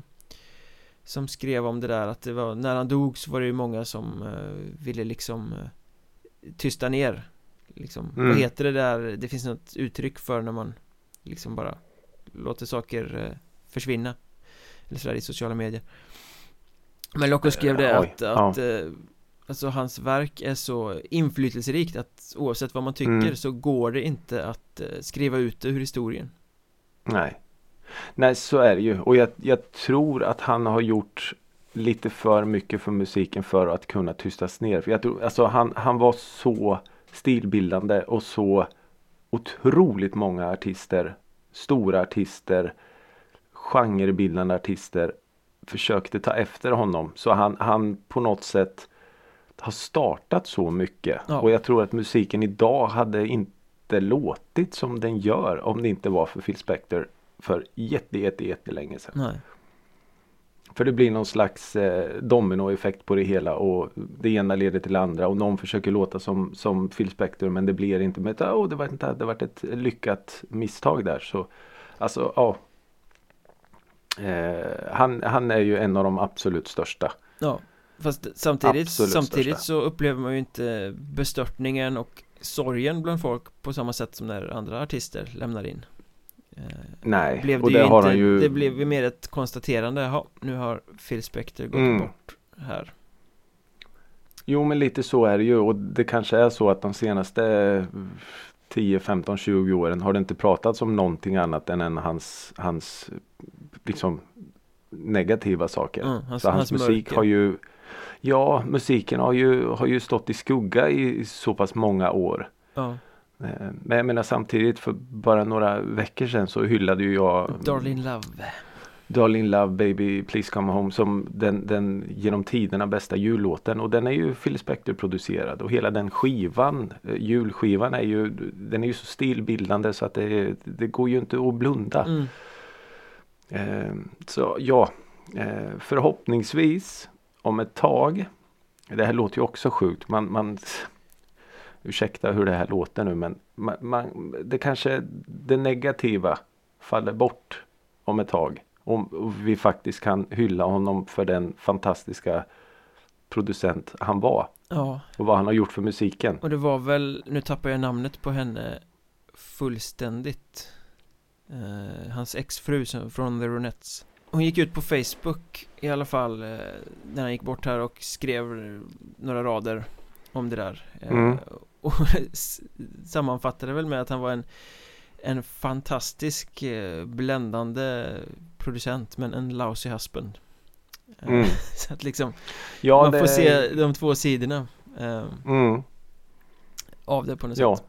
som skrev om det där, att det var när han dog så var det ju många som eh, ville liksom eh, tysta ner liksom, Mm. vad heter det där, det finns något uttryck för när man liksom bara låter saker eh, försvinna eller sådär i sociala medier. Men Lokko skrev det Eh, oj, att, att eh, alltså hans verk är så inflytelserikt att oavsett vad man tycker Mm. så går det inte att eh, skriva ut det ur historien. Nej. Nej, så är det ju. Och jag, jag tror att han har gjort lite för mycket för musiken för att kunna tystas ner. För jag tror, alltså han, han var så stilbildande och så otroligt många artister, stora artister, genrebildande artister försökte ta efter honom. Så han, han på något sätt har startat så mycket. Ja. Och jag tror att musiken idag hade inte låtit som den gör om det inte var för Phil Spector för jätte, jätte, jätte länge sedan. Nej. För det blir någon slags eh, dominoeffekt på det hela och det ena leder till det andra och någon försöker låta som, som Phil Spector men det blir inte med att oh, det var inte det var ett lyckat misstag där så alltså ja eh, han, han är ju en av de absolut största. Ja, fast samtidigt, absolut samtidigt största. så upplever man ju inte bestörtningen och sorgen bland folk på samma sätt som när andra artister lämnar in. Nej, blev det och det ju har inte, han ju... det blev ju mer ett konstaterande. Jaha, nu har Phil Spector gått mm. bort här. Jo, men lite så är det ju och det kanske är så att de senaste tio, femton, tjugo åren har det inte pratats om någonting annat än, än hans, hans liksom negativa saker. Mm, hans, så hans, hans musik mörker. har ju ja, musiken har ju, har ju stått i skugga i, i så pass många år. Ja. Men jag menar samtidigt för bara några veckor sedan så hyllade ju jag Darlene Love Darlene Love Baby Please Come Home som den, den genom tiderna bästa jullåten och den är ju Phil Spector producerad och hela den skivan, julskivan är ju den är ju så stilbildande så att det, det går ju inte att blunda. Mm. Eh, så ja, eh, förhoppningsvis om ett tag, det här låter ju också sjukt, man, man ursäkta hur det här låter nu men man, man, det kanske det negativa faller bort om ett tag om vi faktiskt kan hylla honom för den fantastiska producent han var. Ja. Och vad han har gjort för musiken. Och det var väl, nu tappar jag namnet på henne fullständigt. Eh, hans exfru från The Ronettes. Hon gick ut på Facebook i alla fall eh, när han gick bort här och skrev några rader om det där. Eh, mm. Och sammanfattade väl med att han var en en fantastisk eh, bländande producent men en lousy husband. Mm. Eh, så att liksom ja, man det... får se de två sidorna eh, mm. av det på något ja. sätt.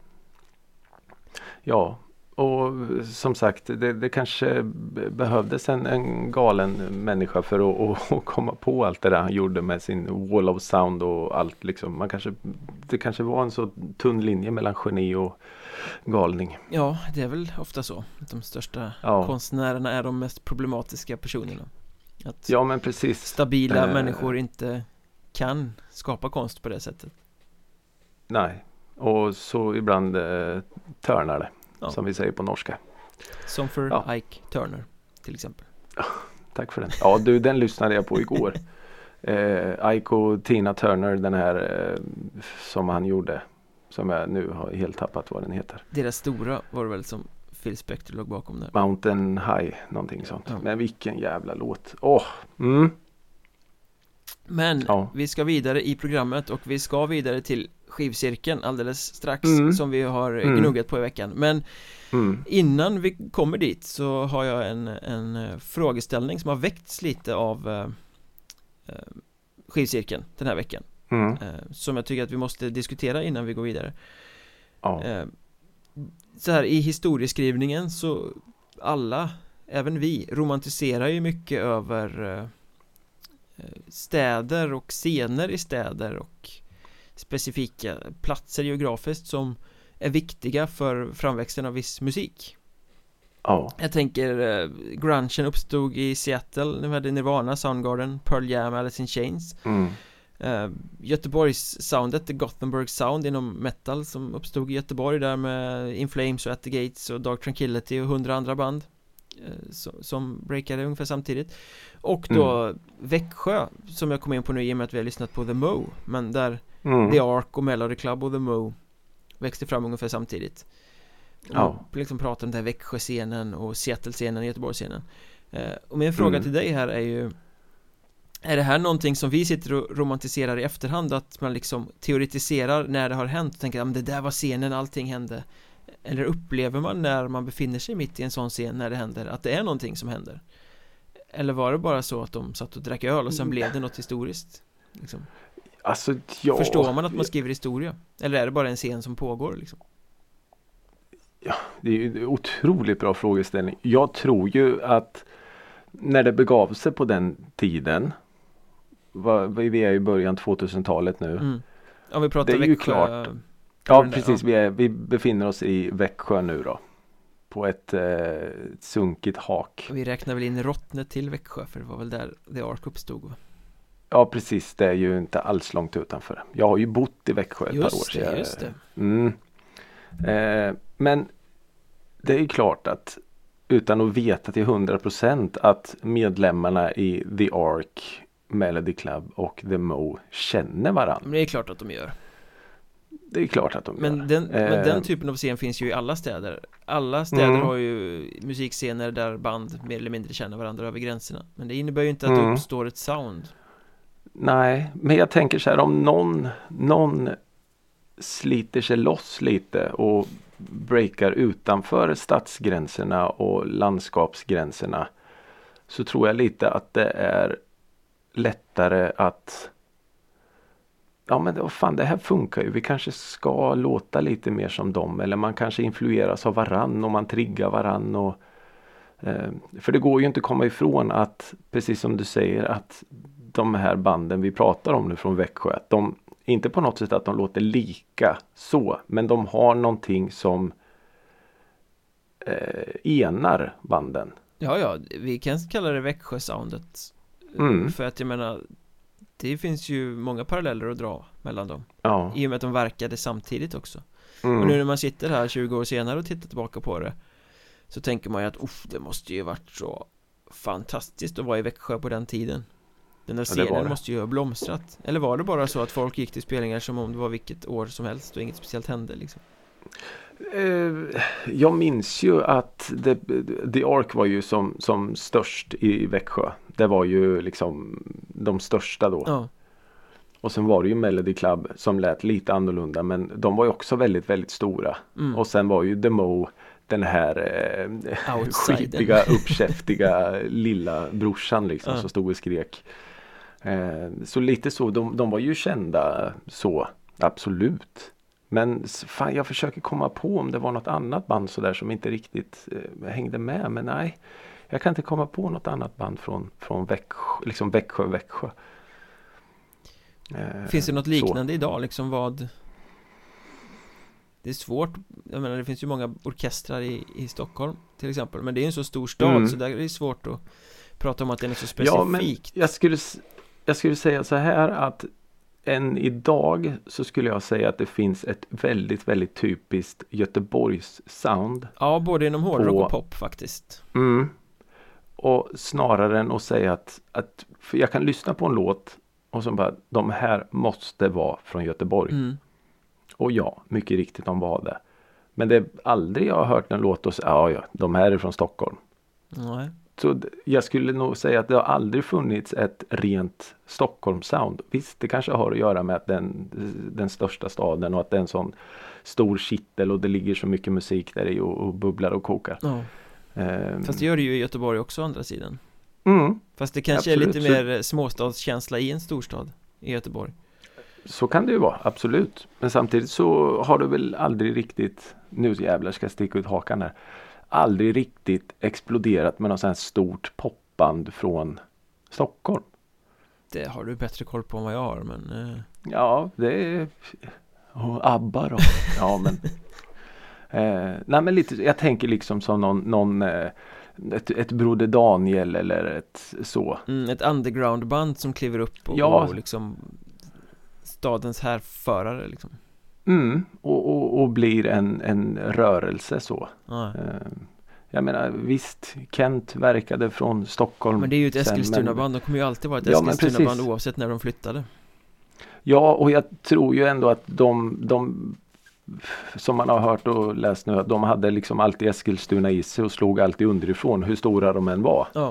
Ja, och som sagt det, det kanske behövdes en, en galen människa för att, att, att komma på allt det där han gjorde med sin wall of sound och allt liksom. Man kanske, det kanske var en så tunn linje mellan geni och galning. Ja, det är väl ofta så att de största ja. konstnärerna är de mest problematiska personerna. Att ja, men precis. Stabila eh. människor inte kan skapa konst på det sättet. Nej, och så ibland eh, törnar det. Ja. Som vi säger på norska. Som för ja. Ike Turner till exempel. Ja, tack för den. Ja, du, den lyssnade jag på igår. eh, Ike och Tina Turner, den här eh, som han gjorde. Som jag nu har helt tappat vad den heter. Deras stora var det väl som Phil Spector låg bakom där. Mountain High, någonting sånt. Ja. Men vilken jävla låt. Åh, oh. mm. Men ja. vi ska vidare i programmet och vi ska vidare till skivcirkeln alldeles strax mm. som vi har mm. gnuggat på i veckan. Men mm. innan vi kommer dit så har jag en, en frågeställning som har väckts lite av eh, skivcirkeln den här veckan. Mm. Eh, som jag tycker att vi måste diskutera innan vi går vidare. Ja. Eh, så här i historieskrivningen så alla, även vi, romantiserar ju mycket över eh, städer och scener i städer och specifika platser geografiskt som är viktiga för framväxten av viss musik. Ja. Jag tänker eh, grungen uppstod i Seattle. Nu hade Nirvana, Soundgarden, Pearl Jam, Alice in Chains. Mm. Uh, Göteborgs soundet, The Gothenburg Sound inom metal som uppstod i Göteborg där med In Flames och At the Gates och Dark Tranquillity och hundra andra band uh, so, som breakade ungefär samtidigt. Och då mm. Växjö som jag kom in på nu i och med att vi har lyssnat på The Mo, men där mm. The Ark och Melody Club och The Mo växte fram ungefär samtidigt. Ja. Och liksom pratar om den här Växjö-scenen och Seattle-scenen och Göteborg-scenen. Uh, och min fråga mm. till dig här är ju, är det här någonting som vi sitter och romantiserar i efterhand, att man liksom teoretiserar när det har hänt och tänker att det där var scenen, allting hände? Eller upplever man när man befinner sig mitt i en sån scen när det händer att det är någonting som händer? Eller var det bara så att de satt och drack öl och sen blev det något historiskt? Liksom? Alltså, ja. Förstår man att man skriver historia? Eller är det bara en scen som pågår liksom? Ja, det är ju en otroligt bra frågeställning. Jag tror ju att när det begav sig på den tiden, vi är i början tvåtusentalet nu. Mm. Ja, vi pratar det är Växjö, ju klart. Ja, precis. Vi, är, vi befinner oss i Växjö nu då. på ett eh, sunkigt hak. Vi räknar väl in Rottne till Växjö, för det var väl där The Ark uppstod, va? Ja, precis. Det är ju inte alls långt utanför. Jag har ju bott i Växjö ett just par år sedan. Det, just det. Mm. Eh, men det är klart att utan att veta till hundra procent att medlemmarna i The Ark, Melody Club och The Mo känner varandra. Men det är klart att de gör. Det är klart att de men gör. Den, eh. men den typen av scen finns ju i alla städer. Alla städer mm. har ju musikscener där band mer eller mindre känner varandra över gränserna. Men det innebär ju inte att mm. det uppstår ett sound. Nej, men jag tänker så här, om någon, någon sliter sig loss lite och breakar utanför stadsgränserna och landskapsgränserna, så tror jag lite att det är lättare att ja men vad fan, det här funkar ju, vi kanske ska låta lite mer som dem, eller man kanske influeras av varann och man triggar varann och eh, för det går ju inte att komma ifrån att, precis som du säger, att de här banden vi pratar om nu från Växjö, att de, inte på något sätt att de låter lika så, men de har någonting som eh, enar banden. Ja, ja, vi kan kalla det Växjö-soundet. Mm. För att jag menar, det finns ju många paralleller att dra mellan dem. Ja. I och med att de verkade samtidigt också. Mm. Och nu när man sitter här tjugo år senare och tittar tillbaka på det, så tänker man ju att uff, det måste ju varit så fantastiskt att vara i Växjö på den tiden. Den där scenen ja, måste ju ha blomstrat. Eller var det bara så att folk gick till spelningar som om det var vilket år som helst och inget speciellt hände liksom? Uh, jag minns ju att det, The Ark var ju som, som störst i Växjö. Det var ju liksom de största då. Ja. Och sen var det ju Melody Club som lät lite annorlunda, men de var ju också väldigt, väldigt stora. Mm. Och sen var ju The Mo den här eh, skitiga, uppkäftiga lilla brorsan liksom, ja. Som stod och skrek. Eh, så lite så, de, de var ju kända så, absolut. Men fan, jag försöker komma på om det var något annat band så där som inte riktigt eh, hängde med. Men nej, jag kan inte komma på något annat band från, från Växjö, liksom Växjö, Växjö. Eh, Finns det något liknande så. Idag? Liksom vad... Det är svårt, jag menar det finns ju många orkestrar i, i Stockholm till exempel. Men det är en så stor stad mm. så där är det svårt att prata om att den är så specifikt. Ja, men jag skulle, jag skulle säga så här att än idag så skulle jag säga att det finns ett väldigt, väldigt typiskt Göteborgs sound. Ja, både inom hårdrock och, och pop faktiskt. Mm. Och snarare än att säga att, att för jag kan lyssna på en låt och så bara, de här måste vara från Göteborg. Mm. Och ja, mycket riktigt de var det. Men det är aldrig jag har hört en låt och säga, ja, ja, de här är från Stockholm. Nej. Så jag skulle nog säga att det har aldrig funnits ett rent Stockholm-sound. Visst, det kanske har att göra med att den, den största staden och att det är en sån stor kittel och det ligger så mycket musik där i och, och bubblar och kokar. Ja. Um, Fast det gör det ju i Göteborg också å andra sidan. Mm, Fast det kanske absolut. Är lite mer småstadskänsla i en storstad i Göteborg. Så kan det ju vara, absolut. Men samtidigt så har det väl aldrig riktigt, nu jävlar ska jag sticka ut hakan här, aldrig riktigt exploderat med något sånt här stort popband från Stockholm. Det har du bättre koll på än vad jag har, men... Eh... Ja, det är... Och ABBA då. Ja, men... eh, nej, men lite, jag tänker liksom som någon... någon eh, ett, ett Broder Daniel eller ett så. Mm, ett undergroundband som kliver upp och, ja. och liksom... stadens härförare liksom. Mm, och, och, och blir en, en rörelse så. Ja. Jag menar, visst, Kent verkade från Stockholm. Men det är ju ett Eskilstuna-band, de kommer ju alltid vara ett ja, Eskilstuna-band oavsett när de flyttade. Ja, och jag tror ju ändå att de, de som man har hört och läst nu, att de hade liksom alltid Eskilstuna i sig och slog alltid underifrån, hur stora de än var. Ja.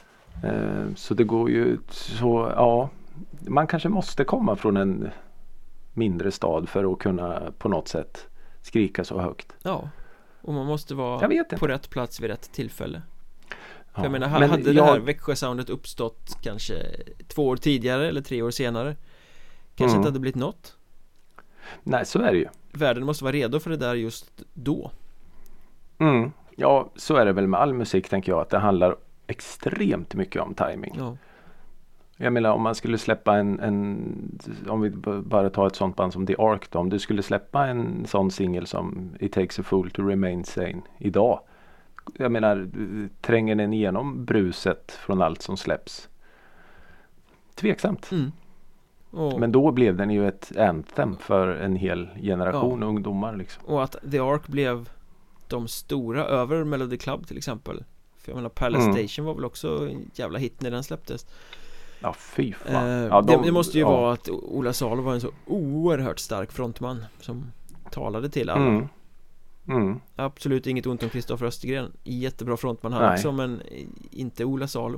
Så det går ju så, ja, man kanske måste komma från en mindre stad för att kunna på något sätt skrika så högt. Ja, och man måste vara på rätt plats vid rätt tillfälle. Ja, för jag menar, men hade jag... det här Växjö-soundet uppstått kanske två år tidigare eller tre år senare, kanske mm. inte hade blivit något. Nej, så är det ju. Världen måste vara redo för det där just då. Mm. Ja, så är det väl med all musik, tänker jag, att det handlar extremt mycket om timing. Ja. Jag menar, om man skulle släppa en, en om vi bara tar ett sånt band som The Ark då, om du skulle släppa en sån singel som It Takes a Fool to Remain Sane idag, jag menar, tränger den igenom bruset från allt som släpps? Tveksamt. Mm. Och, men då blev den ju ett anthem för en hel generation ja. ungdomar liksom. Och att The Ark blev de stora över Melody Club till exempel. För jag menar, Palace mm. Station var väl också en jävla hit när den släpptes. Ja, fy fan. Eh, ja, de, de, det måste ju ja. vara att Ola Salo var en så oerhört stark frontman som talade till alla. Mm. Mm. Absolut inget ont om Kristoffer Östergren. Jättebra frontman han också, men inte Ola Salo.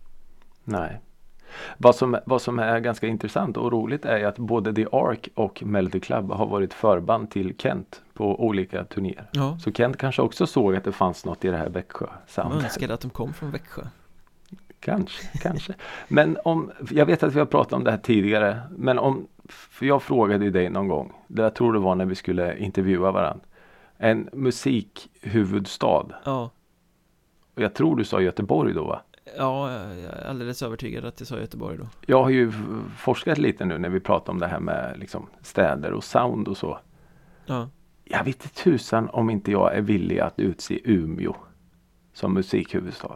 Nej. Vad som, vad som är ganska intressant och roligt är att både The Ark och Melody Club har varit förband till Kent på olika turnéer. Ja. Så Kent kanske också såg att det fanns något i det här Växjö-soundet. Man önskade att de kom från Växjö. Kanske, kanske. Men om, jag vet att vi har pratat om det här tidigare, men om, för jag frågade ju dig någon gång, det jag tror det var när vi skulle intervjua varandra, en musikhuvudstad. Ja. Och jag tror du sa Göteborg då, va? Ja, jag är alldeles övertygad att jag sa Göteborg då. Jag har ju forskat lite nu när vi pratar om det här med liksom städer och sound och så. Ja. Jag vet inte tusan om inte jag är villig att utse Umeå som musikhuvudstad.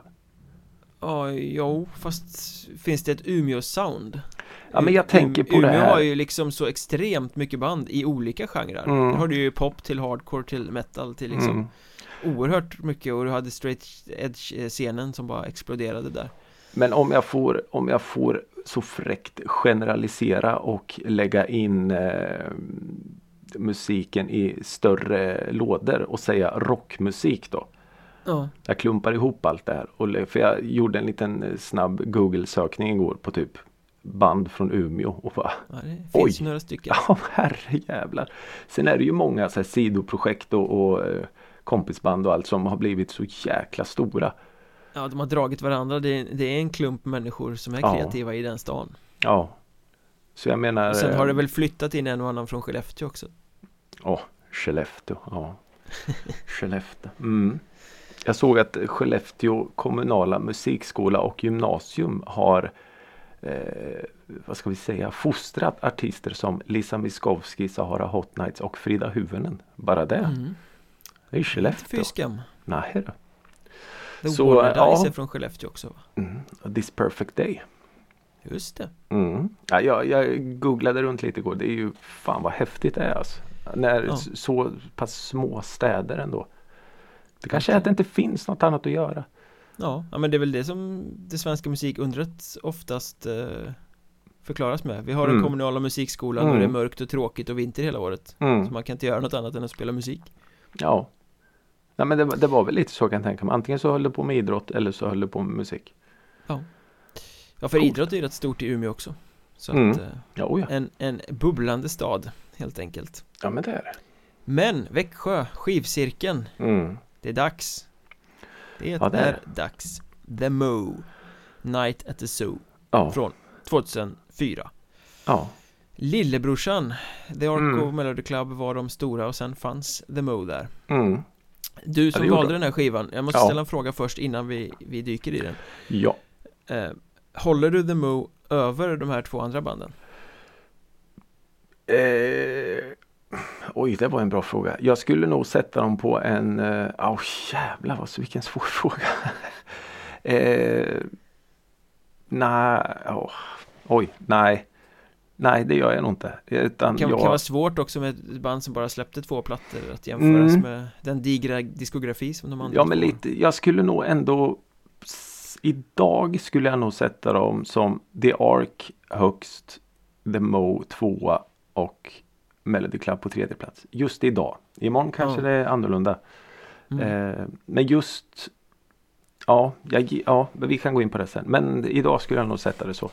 Ja, jo, fast finns det ett Umeå-sound? Ja, men jag tänker på Umeå det här. har ju liksom så extremt mycket band i olika genrer. Mm. Där har du ju pop till hardcore till metal till liksom mm. oerhört mycket, och du hade straight edge-scenen som bara exploderade där. Men om jag får, om jag får så fräckt generalisera och lägga in eh, musiken i större lådor och säga rockmusik då. Ja. Jag klumpar ihop allt det här. Och, för jag gjorde en liten snabb Google-sökning igår på typ band från Umeå. Och bara, ja, det finns oj, några stycken. Ja, herrejävlar. Sen är det ju många så här sidoprojekt och, och eh, kompisband och allt som har blivit så jäkla stora. Ja, de har dragit varandra. Det är, det är en klump människor som är ja. kreativa i den stan. Ja. Så jag menar... Och sen har det väl flyttat in en och annan från Skellefteå också. Ja, oh, Skellefteå. Ja. Skellefteå. Mm. Jag såg att Skellefteå kommunala musikskola och gymnasium har eh, vad ska vi säga, fostrat artister som Lisa Miskovsky, Sahara Hot Nights och Frida Huvuden. Bara det. Mm. Det är Skellefteå. Fyskam. Nej då. The så, ja. Är från Skellefteå också, va? Mm. This Perfect Day. Just det. Mm. Ja, jag, jag googlade runt lite igår. Det är ju fan vad häftigt det är alltså. När ja. så pass små städer ändå. Det kanske är att det inte finns något annat att göra. Ja, ja men det är väl det som det svenska musikundret oftast eh, förklaras med. Vi har mm. den kommunala musikskolan mm. och det är mörkt och tråkigt och vinter hela året. Mm. Så man kan inte göra något annat än att spela musik. Ja. Nej, men det, det var väl lite så kan jag tänka mig. Antingen så höll det på med idrott eller så höll det på med musik. Ja. Ja, för Coolt. Idrott är ju rätt stort i Umeå också. Så mm. att, eh, ja, oh ja. En, en bubblande stad, helt enkelt. Ja, men det är det. Men Växjö, skivcirkeln. Mm. Det är dags. Det är, ja, det är. är dags. The Mo, Night at the Zoo. Ja. Från tjugohundrafyra. Ja. Lillebrorsan, The Ark Mm. och Melody Club var de stora och sen fanns The Mo där. Mm. Du som ja, valde den här skivan, jag måste ja. ställa en fråga först innan vi, vi dyker i den. Ja. Eh, håller du The Mo över de här två andra banden? Eh, oj, det var en bra fråga. Jag skulle nog sätta dem på en... Åh eh, oh, jävlar, vad så vilken svår fråga. eh, nej, oh, oj, nej. Nej, det gör jag nog inte. Utan det kan, jag... kan vara svårt också med ett band som bara släppte två plattor att jämföras mm. med den digra diskografi som de andra. Ja, men lite, jag skulle nog ändå idag skulle jag nog sätta dem som The Ark högst, The Mo tvåa och Melody Club på tredje plats. Just idag. Imorgon kanske ja. det är annorlunda. Mm. Eh, men just ja, jag, ja, vi kan gå in på det sen. Men idag skulle jag nog sätta det så.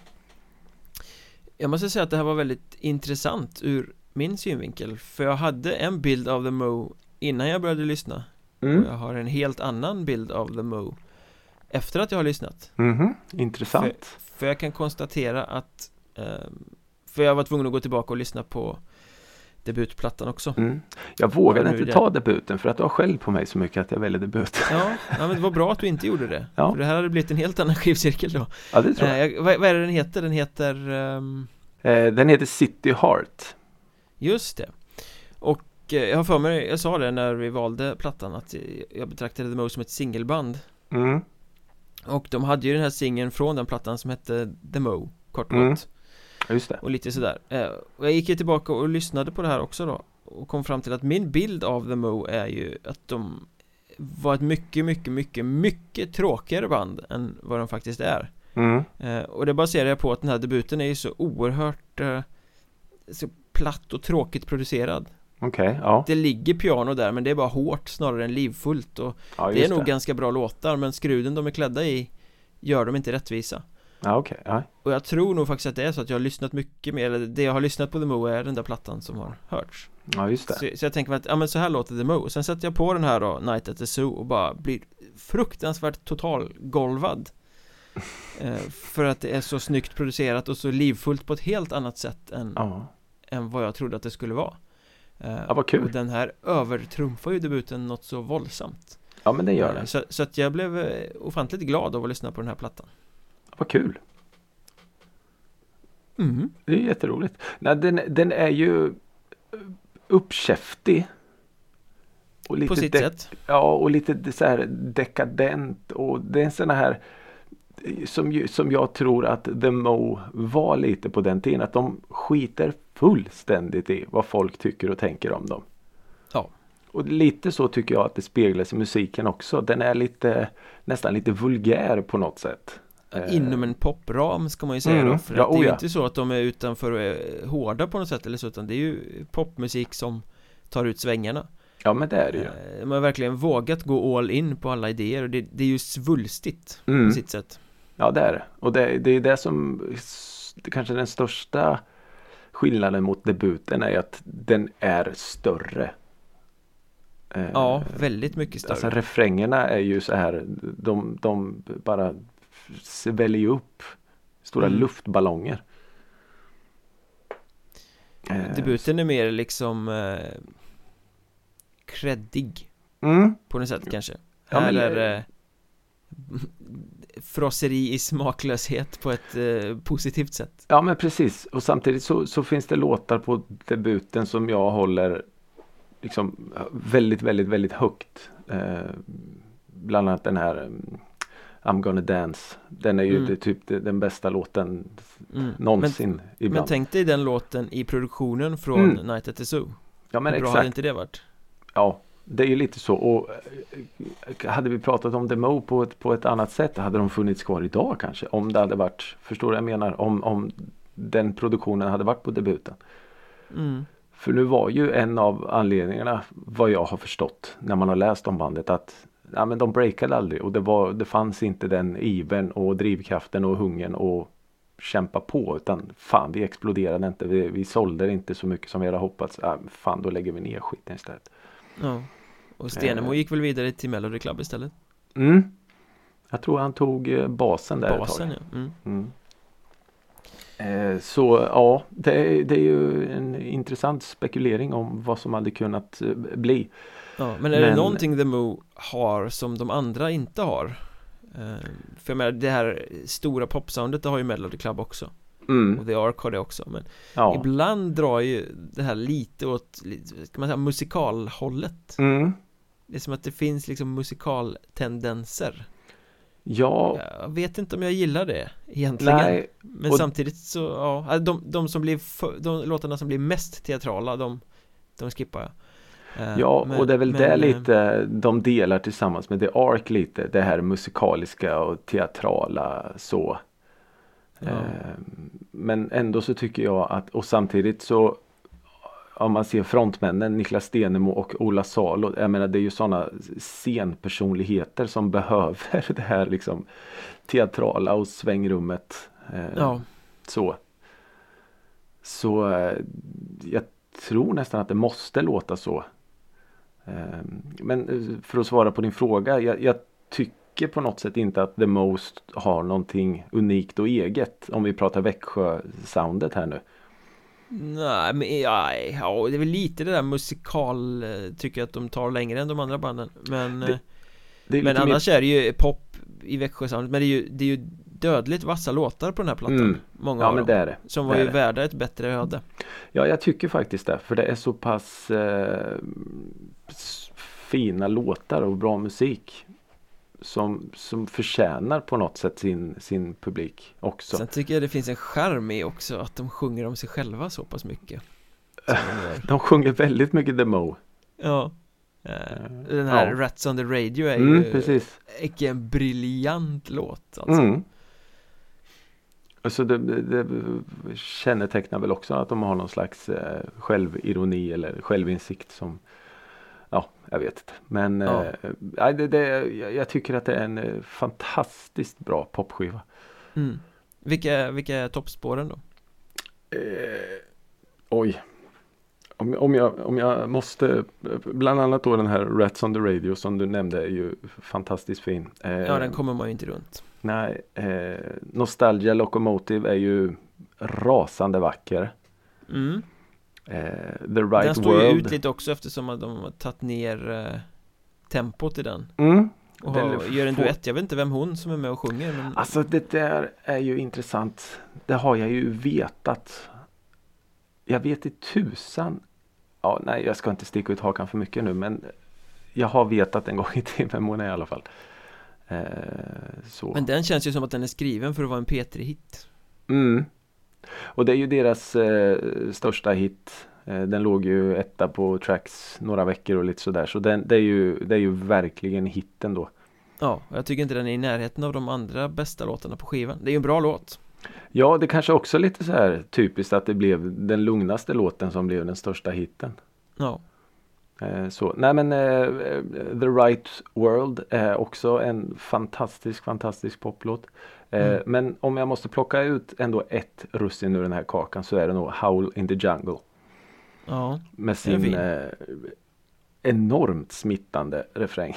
Jag måste säga att det här var väldigt intressant ur min synvinkel. För jag hade en bild av The Mo innan jag började lyssna. Mm. Och jag har en helt annan bild av The Mo efter att jag har lyssnat. Mm-hmm. Intressant. För, för jag kan konstatera att eh, för jag var tvungen att gå tillbaka och lyssna på debutplattan också. Mm. Jag vågade ja, inte det. ta debuten för att du har själv på mig så mycket att jag väljer debut. Ja, ja, men det var bra att du inte gjorde det. Ja. För det här hade blivit en helt annan skivcirkel då. Ja, det tror jag. Eh, vad, vad är det den heter? Den heter... Um... Eh, den heter City Heart. Just det. Och Och jag har för mig, jag sa det när vi valde plattan, att jag betraktade The Mo som ett singelband. Mm. Och de hade ju den här singeln från den plattan som hette The Mo, kort och Mm. gott. Just det. Och lite sådär. Och jag gick ju tillbaka och lyssnade på det här också då, och kom fram till att min bild av The Mo är ju att de var ett mycket, mycket, mycket, mycket tråkigare band än vad de faktiskt är. Mm. Och det baserar jag på att den här debuten är ju så oerhört så platt och tråkigt producerad. Okej, okay, ja. Det ligger piano där, men det är bara hårt snarare än livfullt. Och ja, det är nog det. ganska bra låtar, men skruden de är klädda i gör dem inte rättvisa. Ja, okej, okay, ja. Och jag tror nog faktiskt att det är så att jag har lyssnat mycket mer, eller det jag har lyssnat på The Mo är den där plattan som har hörts. Ja, just det. Så, så jag tänker mig att, ja men så här låter The Mo. Sen sätter jag på den här då, Night at the Zoo, och bara blir fruktansvärt totalgolvad. eh, För att det är så snyggt producerat och så livfullt på ett helt annat sätt än, ja. än vad jag trodde att det skulle vara. eh, Ja, vad kul. Och den här övertrumfar ju debuten något så våldsamt. Ja, men det gör eh, det. så, så att jag blev eh, ofantligt glad av att lyssna på den här plattan. Vad kul. Mm. Det är jätteroligt. Nej, den, den är ju uppkäftig. Och lite på sitt de- sätt. Ja, och lite så här dekadent. Och det är en sån här som, ju, som jag tror att The Mo var lite på den tiden. Att de skiter fullständigt i vad folk tycker och tänker om dem. Ja. Och lite så tycker jag att det speglas i musiken också. Den är lite nästan lite vulgär på något sätt. Inom en popram ska man ju säga Mm. då, för Ja, att det är ju oja. inte så att de är utanför och är hårda på något sätt eller så, utan det är ju popmusik som tar ut svängarna. Ja, men det är det ju. Eh, De har verkligen vågat gå all in på alla idéer, och det, det är ju svulstigt Mm. på sitt sätt. Ja, det är det. Och det, det är det som det kanske den största skillnaden mot debuten är att den är större. Eh, Ja, väldigt mycket större. Alltså refrängerna är ju så här, de, de bara sväljer upp stora Mm. luftballonger. Eh, Debuten är mer liksom eh, kreddig Mm. på något sätt kanske. Ja, Här men- är det frosseri i smaklöshet på ett eh, positivt sätt. Ja, men precis. Och samtidigt så, så finns det låtar på debuten som jag håller liksom väldigt, väldigt, väldigt högt. Eh, bland annat den här um, I'm gonna dance. Den är ju Mm. det, typ det, den bästa låten Mm. någonsin Men, ibland. men tänk dig den låten i produktionen från Mm. Night at the Zoo. ja, men Hur bra exakt. hade inte det varit? Ja, det är ju lite så. Och eh, hade vi pratat om The Mo på ett, på ett annat sätt, hade de funnits kvar idag kanske. Om det hade varit, förstår du vad jag menar? Om, om den produktionen hade varit på debuten. Mm. För nu var ju en av anledningarna, vad jag har förstått när man har läst om bandet, att ja, men de breakade aldrig. Och det, var, det fanns inte den ivern och drivkraften och hungern och kämpa på, utan fan, vi exploderade inte, vi, vi sålde inte så mycket som vi hade hoppats. Ja, fan, då lägger vi ner skiten istället. Ja. Och Stenemo Eh. gick väl vidare till Melody Club istället. Mm. Jag tror han tog eh, basen där Basen, ett tag. ja. Mm. Mm. Eh, så ja, det är, det är ju en intressant spekulering om vad som hade kunnat eh, bli. Ja, men är det Men- någonting The Mo har som de andra inte har? Eh, för jag menar, det här stora popsoundet, det har ju Melody Club också. Mm. Och The Ark har det också. Men Ja. ibland drar ju det här lite åt, lite, ska man säga, musikalhållet. Mm. Det är som att det finns liksom musikaltendenser. Ja, Jag vet inte om jag gillar det egentligen. nej. Men och- samtidigt så, ja, de, de som blir för, de låtarna som blir mest teatrala, de, de skippar jag. Eh, Ja, men- och det är väl men, det eh, lite de delar tillsammans med The Ark lite. Det här musikaliska och teatrala så. Ja. Eh, Men ändå så tycker jag att, och samtidigt så om man ser frontmännen Niklas Stenemo och Ola Salo, jag menar det är ju sådana scenpersonligheter som behöver det här liksom teatrala och svängrummet. Eh, Ja, Så. Så eh, jag tror nästan att det måste låta så. Eh, Men eh, för att svara på din fråga, jag, jag tycker på något sätt inte att The Most har någonting unikt och eget. Om vi pratar Växjö-soundet här nu. nej, men ja, ja, det är väl lite det där musikal, eh, tycker jag att de tar längre än de andra banden. Men, Det- eh, Det är men lite mer- annars är det ju pop i Växjö soundet. Men det är ju, det är ju dödligt vassa låtar på den här plattan. Mm. Många ja, av men dem. Det är det. Som var det ju det. värda ett bättre öde. Ja, jag tycker faktiskt det. För det är så pass eh, fina låtar och bra musik. Som, som förtjänar på något sätt sin, sin publik också. Sen tycker jag det finns en charm i också att de sjunger om sig själva så pass mycket. De, de sjunger väldigt mycket The Mo. Ja. Den här ja. Rats on the Radio är mm, ju precis. en briljant låt alltså. Mm. Så det, det kännetecknar väl också att de har någon slags eh, självironi eller självinsikt som, ja, jag vet inte. Men ja. eh, det, det, jag tycker att det är en eh, fantastiskt bra popskiva. Mm. Vilka, vilka är toppspåren då? Eh, oj. Om, om, jag, om jag måste, bland annat då den här Rats on the Radio som du nämnde är ju fantastiskt fin. Eh, ja, den kommer man ju inte runt. Nej, eh, Nostalgia Locomotive är ju rasande vacker. Mm. Eh, The Right den står World. ju ut lite också eftersom att de har tagit ner eh, tempot i den. Mm. Och har, gör en duett. Jag vet inte vem hon som är med och sjunger. Men... Alltså det där är ju intressant. Det har jag ju vetat. Jag vet i tusan. Ja, nej, jag ska inte sticka ut hakan för mycket nu. Men jag har vetat en gång i tiden vem hon är i alla fall. Eh, så. Men den känns ju som att den är skriven för att vara en P tre-hit. Mm. Och det är ju deras eh, största hit. Eh, den låg ju etta på Tracks några veckor och lite sådär. Så den, det, är ju, det är ju verkligen hitten då. Ja, jag tycker inte den är i närheten av de andra bästa låtarna på skivan. Det är ju en bra låt. Ja, det kanske också lite så här typiskt att det blev den lugnaste låten som blev den största hitten. Ja. Eh, så. Nej men eh, The Right World är också en fantastisk, fantastisk poplåt. Eh, mm. Men om jag måste plocka ut ändå ett russin ur den här kakan så är det nog Howl in the Jungle. Ja. Med sin eh, enormt smittande refräng.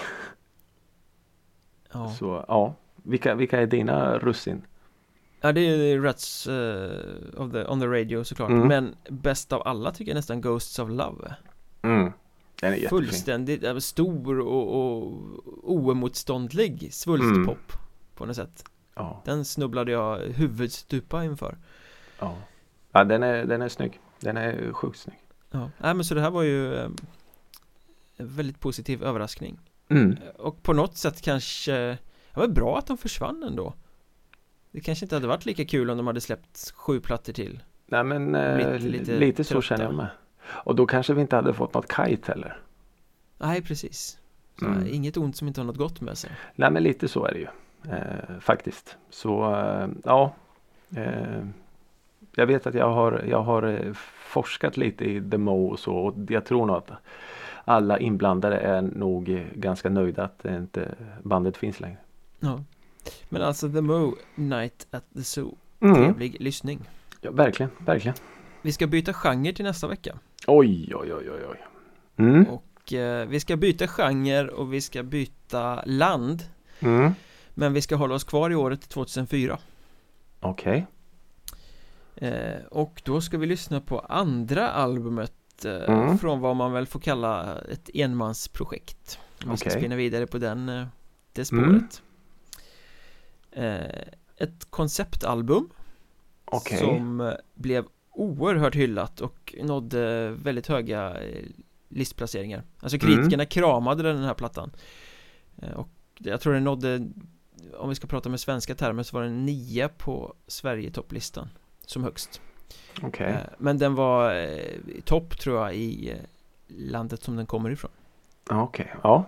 Ja. Så ja, vilka, vilka är dina russin? Ja, det är Rats uh, of the, on the Radio såklart. Mm. Men bäst av alla tycker jag nästan Ghosts of Love. Mm. Den är fullständigt jättefin. Stor och, och oemotståndlig svulstpop mm. på något sätt. Ja. Den snubblade jag huvudstupa inför. Ja, ja den, är, den är snygg. Den är sjukt snygg. Ja, nej, men så det här var ju um, en väldigt positiv överraskning. Mm. Och på något sätt kanske ja, men bra att de försvann ändå. Det kanske inte hade varit lika kul om de hade släppt sju plattor till. Nej men eh, lite, lite så känner jag med. Och då kanske vi inte hade fått något kite heller. Nej, precis. Så, mm. Inget ont som inte har något gott med sig. Nej men lite så är det ju. Eh, faktiskt. Så eh, ja. Eh, jag vet att jag har, jag har forskat lite i The Mo och så. Och jag tror nog att alla inblandade är nog ganska nöjda att inte bandet finns längre. Ja. Men alltså The Mo, Night at the Zoo. Mm. Trevlig lyssning. Ja, verkligen, verkligen. Vi ska byta genre till nästa vecka. Oj, oj, oj, oj, oj. Mm. Och eh, vi ska byta genre och vi ska byta land. Mm. Men vi ska hålla oss kvar i året tjugohundrafyra. Okej. Okay. Eh, och då ska vi lyssna på andra albumet eh, mm. från vad man väl får kalla ett enmansprojekt. Vi okay. ska spinna vidare på den, eh, det spåret. Mm. Eh, ett konceptalbum okay. som blev oerhört hyllat och nådde väldigt höga listplaceringar. Alltså kritikerna mm. kramade den här plattan. Och jag tror den nådde, om vi ska prata med svenska termer, så var den nio på Sverige-topplistan som högst. Okay. Men den var topp tror jag i landet som den kommer ifrån. Okej, okay. Ja.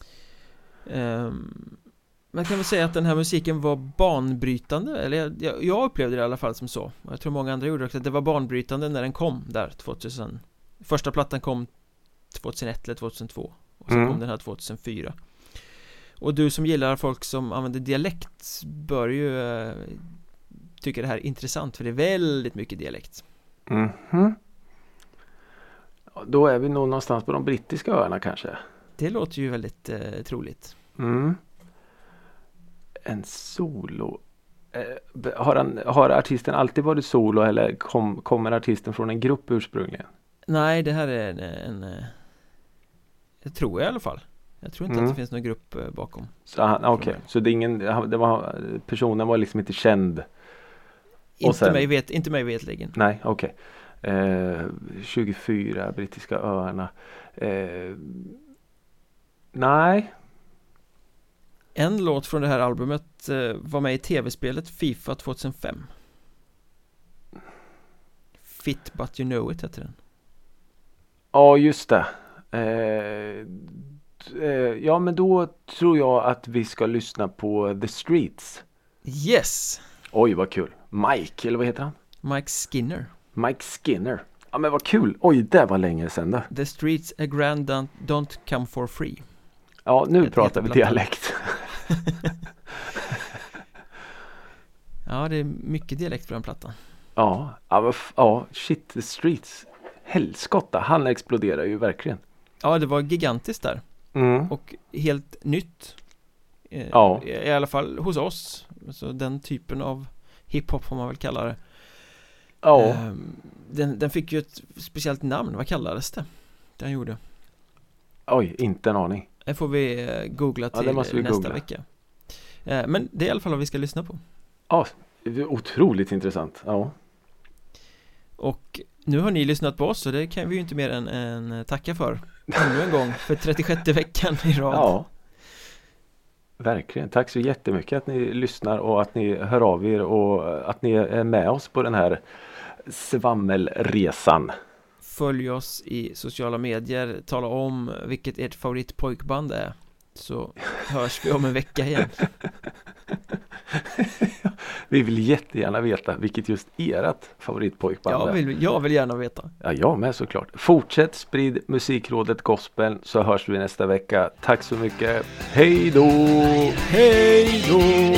Um, Man kan väl säga att den här musiken var banbrytande. Eller jag, jag upplevde det i alla fall som så. Och jag tror många andra gjorde också att det var banbrytande när den kom där tvåtusen. Första plattan kom tjugohundraett eller tjugohundratvå. Och så mm. kom den här tjugohundrafyra. Och du som gillar folk som använder dialekt bör ju eh, tycka det här är intressant. För det är väldigt mycket dialekt. Mhm. Då är vi nog någonstans på de brittiska öarna kanske. Det låter ju väldigt eh, troligt. Mm. En solo. Eh, har, han, har artisten alltid varit solo eller kom, kommer artisten från en grupp ursprungligen? Nej, det här är en, en, en jag tror jag i alla fall. Jag tror inte mm. att det finns någon grupp eh, bakom. Okej, okay. Så det är ingen, det var, personen var liksom inte känd? Inte, sen, mig vet, inte mig vetligen. Nej, okej. Okay. Eh, tjugofyra, Brittiska öarna. Eh, nej. En låt från det här albumet eh, var med i tv-spelet FIFA tjugohundrafem. Fit But You Know It heter den. Ja, just det. Eh, eh, ja, men då tror jag att vi ska lyssna på The Streets. Yes! Oj, vad kul. Mike, eller vad heter han? Mike Skinner. Mike Skinner. Ja, men vad kul. Oj, det var länge sedan då. The Streets a Grand don't, don't Come For Free. Ja, nu det pratar vi dialekt. Ja, det är mycket dialekt på den plattan. Ja, ja, ja shit, The Streets. Helskotta, han exploderar ju verkligen. Ja, det var gigantiskt där. Mm. Och helt nytt. Eh, ja. I, I alla fall hos oss. Så den typen av hiphop får man väl kalla det. Ja. Eh, den, den fick ju ett speciellt namn. Vad kallades det? Den gjorde. Oj, inte en aning. Det får vi eh, googla till ja, vi nästa googla. vecka. Eh, men det är i alla fall vad vi ska lyssna på. Ja, otroligt intressant. Ja. Och nu har ni lyssnat på oss, och det kan vi ju inte mer än, än tacka för ännu en gång för trettiosjätte veckan i rad. Ja, verkligen. Tack så jättemycket att ni lyssnar och att ni hör av er och att ni är med oss på den här svammelresan. Följ oss i sociala medier, tala om vilket ert favoritpojkband är, så hörs vi om en vecka igen. Vi vill jättegärna veta vilket just ert favoritpojkband är. Jag vill, jag vill gärna veta. Ja, jag med såklart. Fortsätt sprid Musikrådet Gospel, så hörs vi nästa vecka. Tack så mycket. Hej då! Hej då!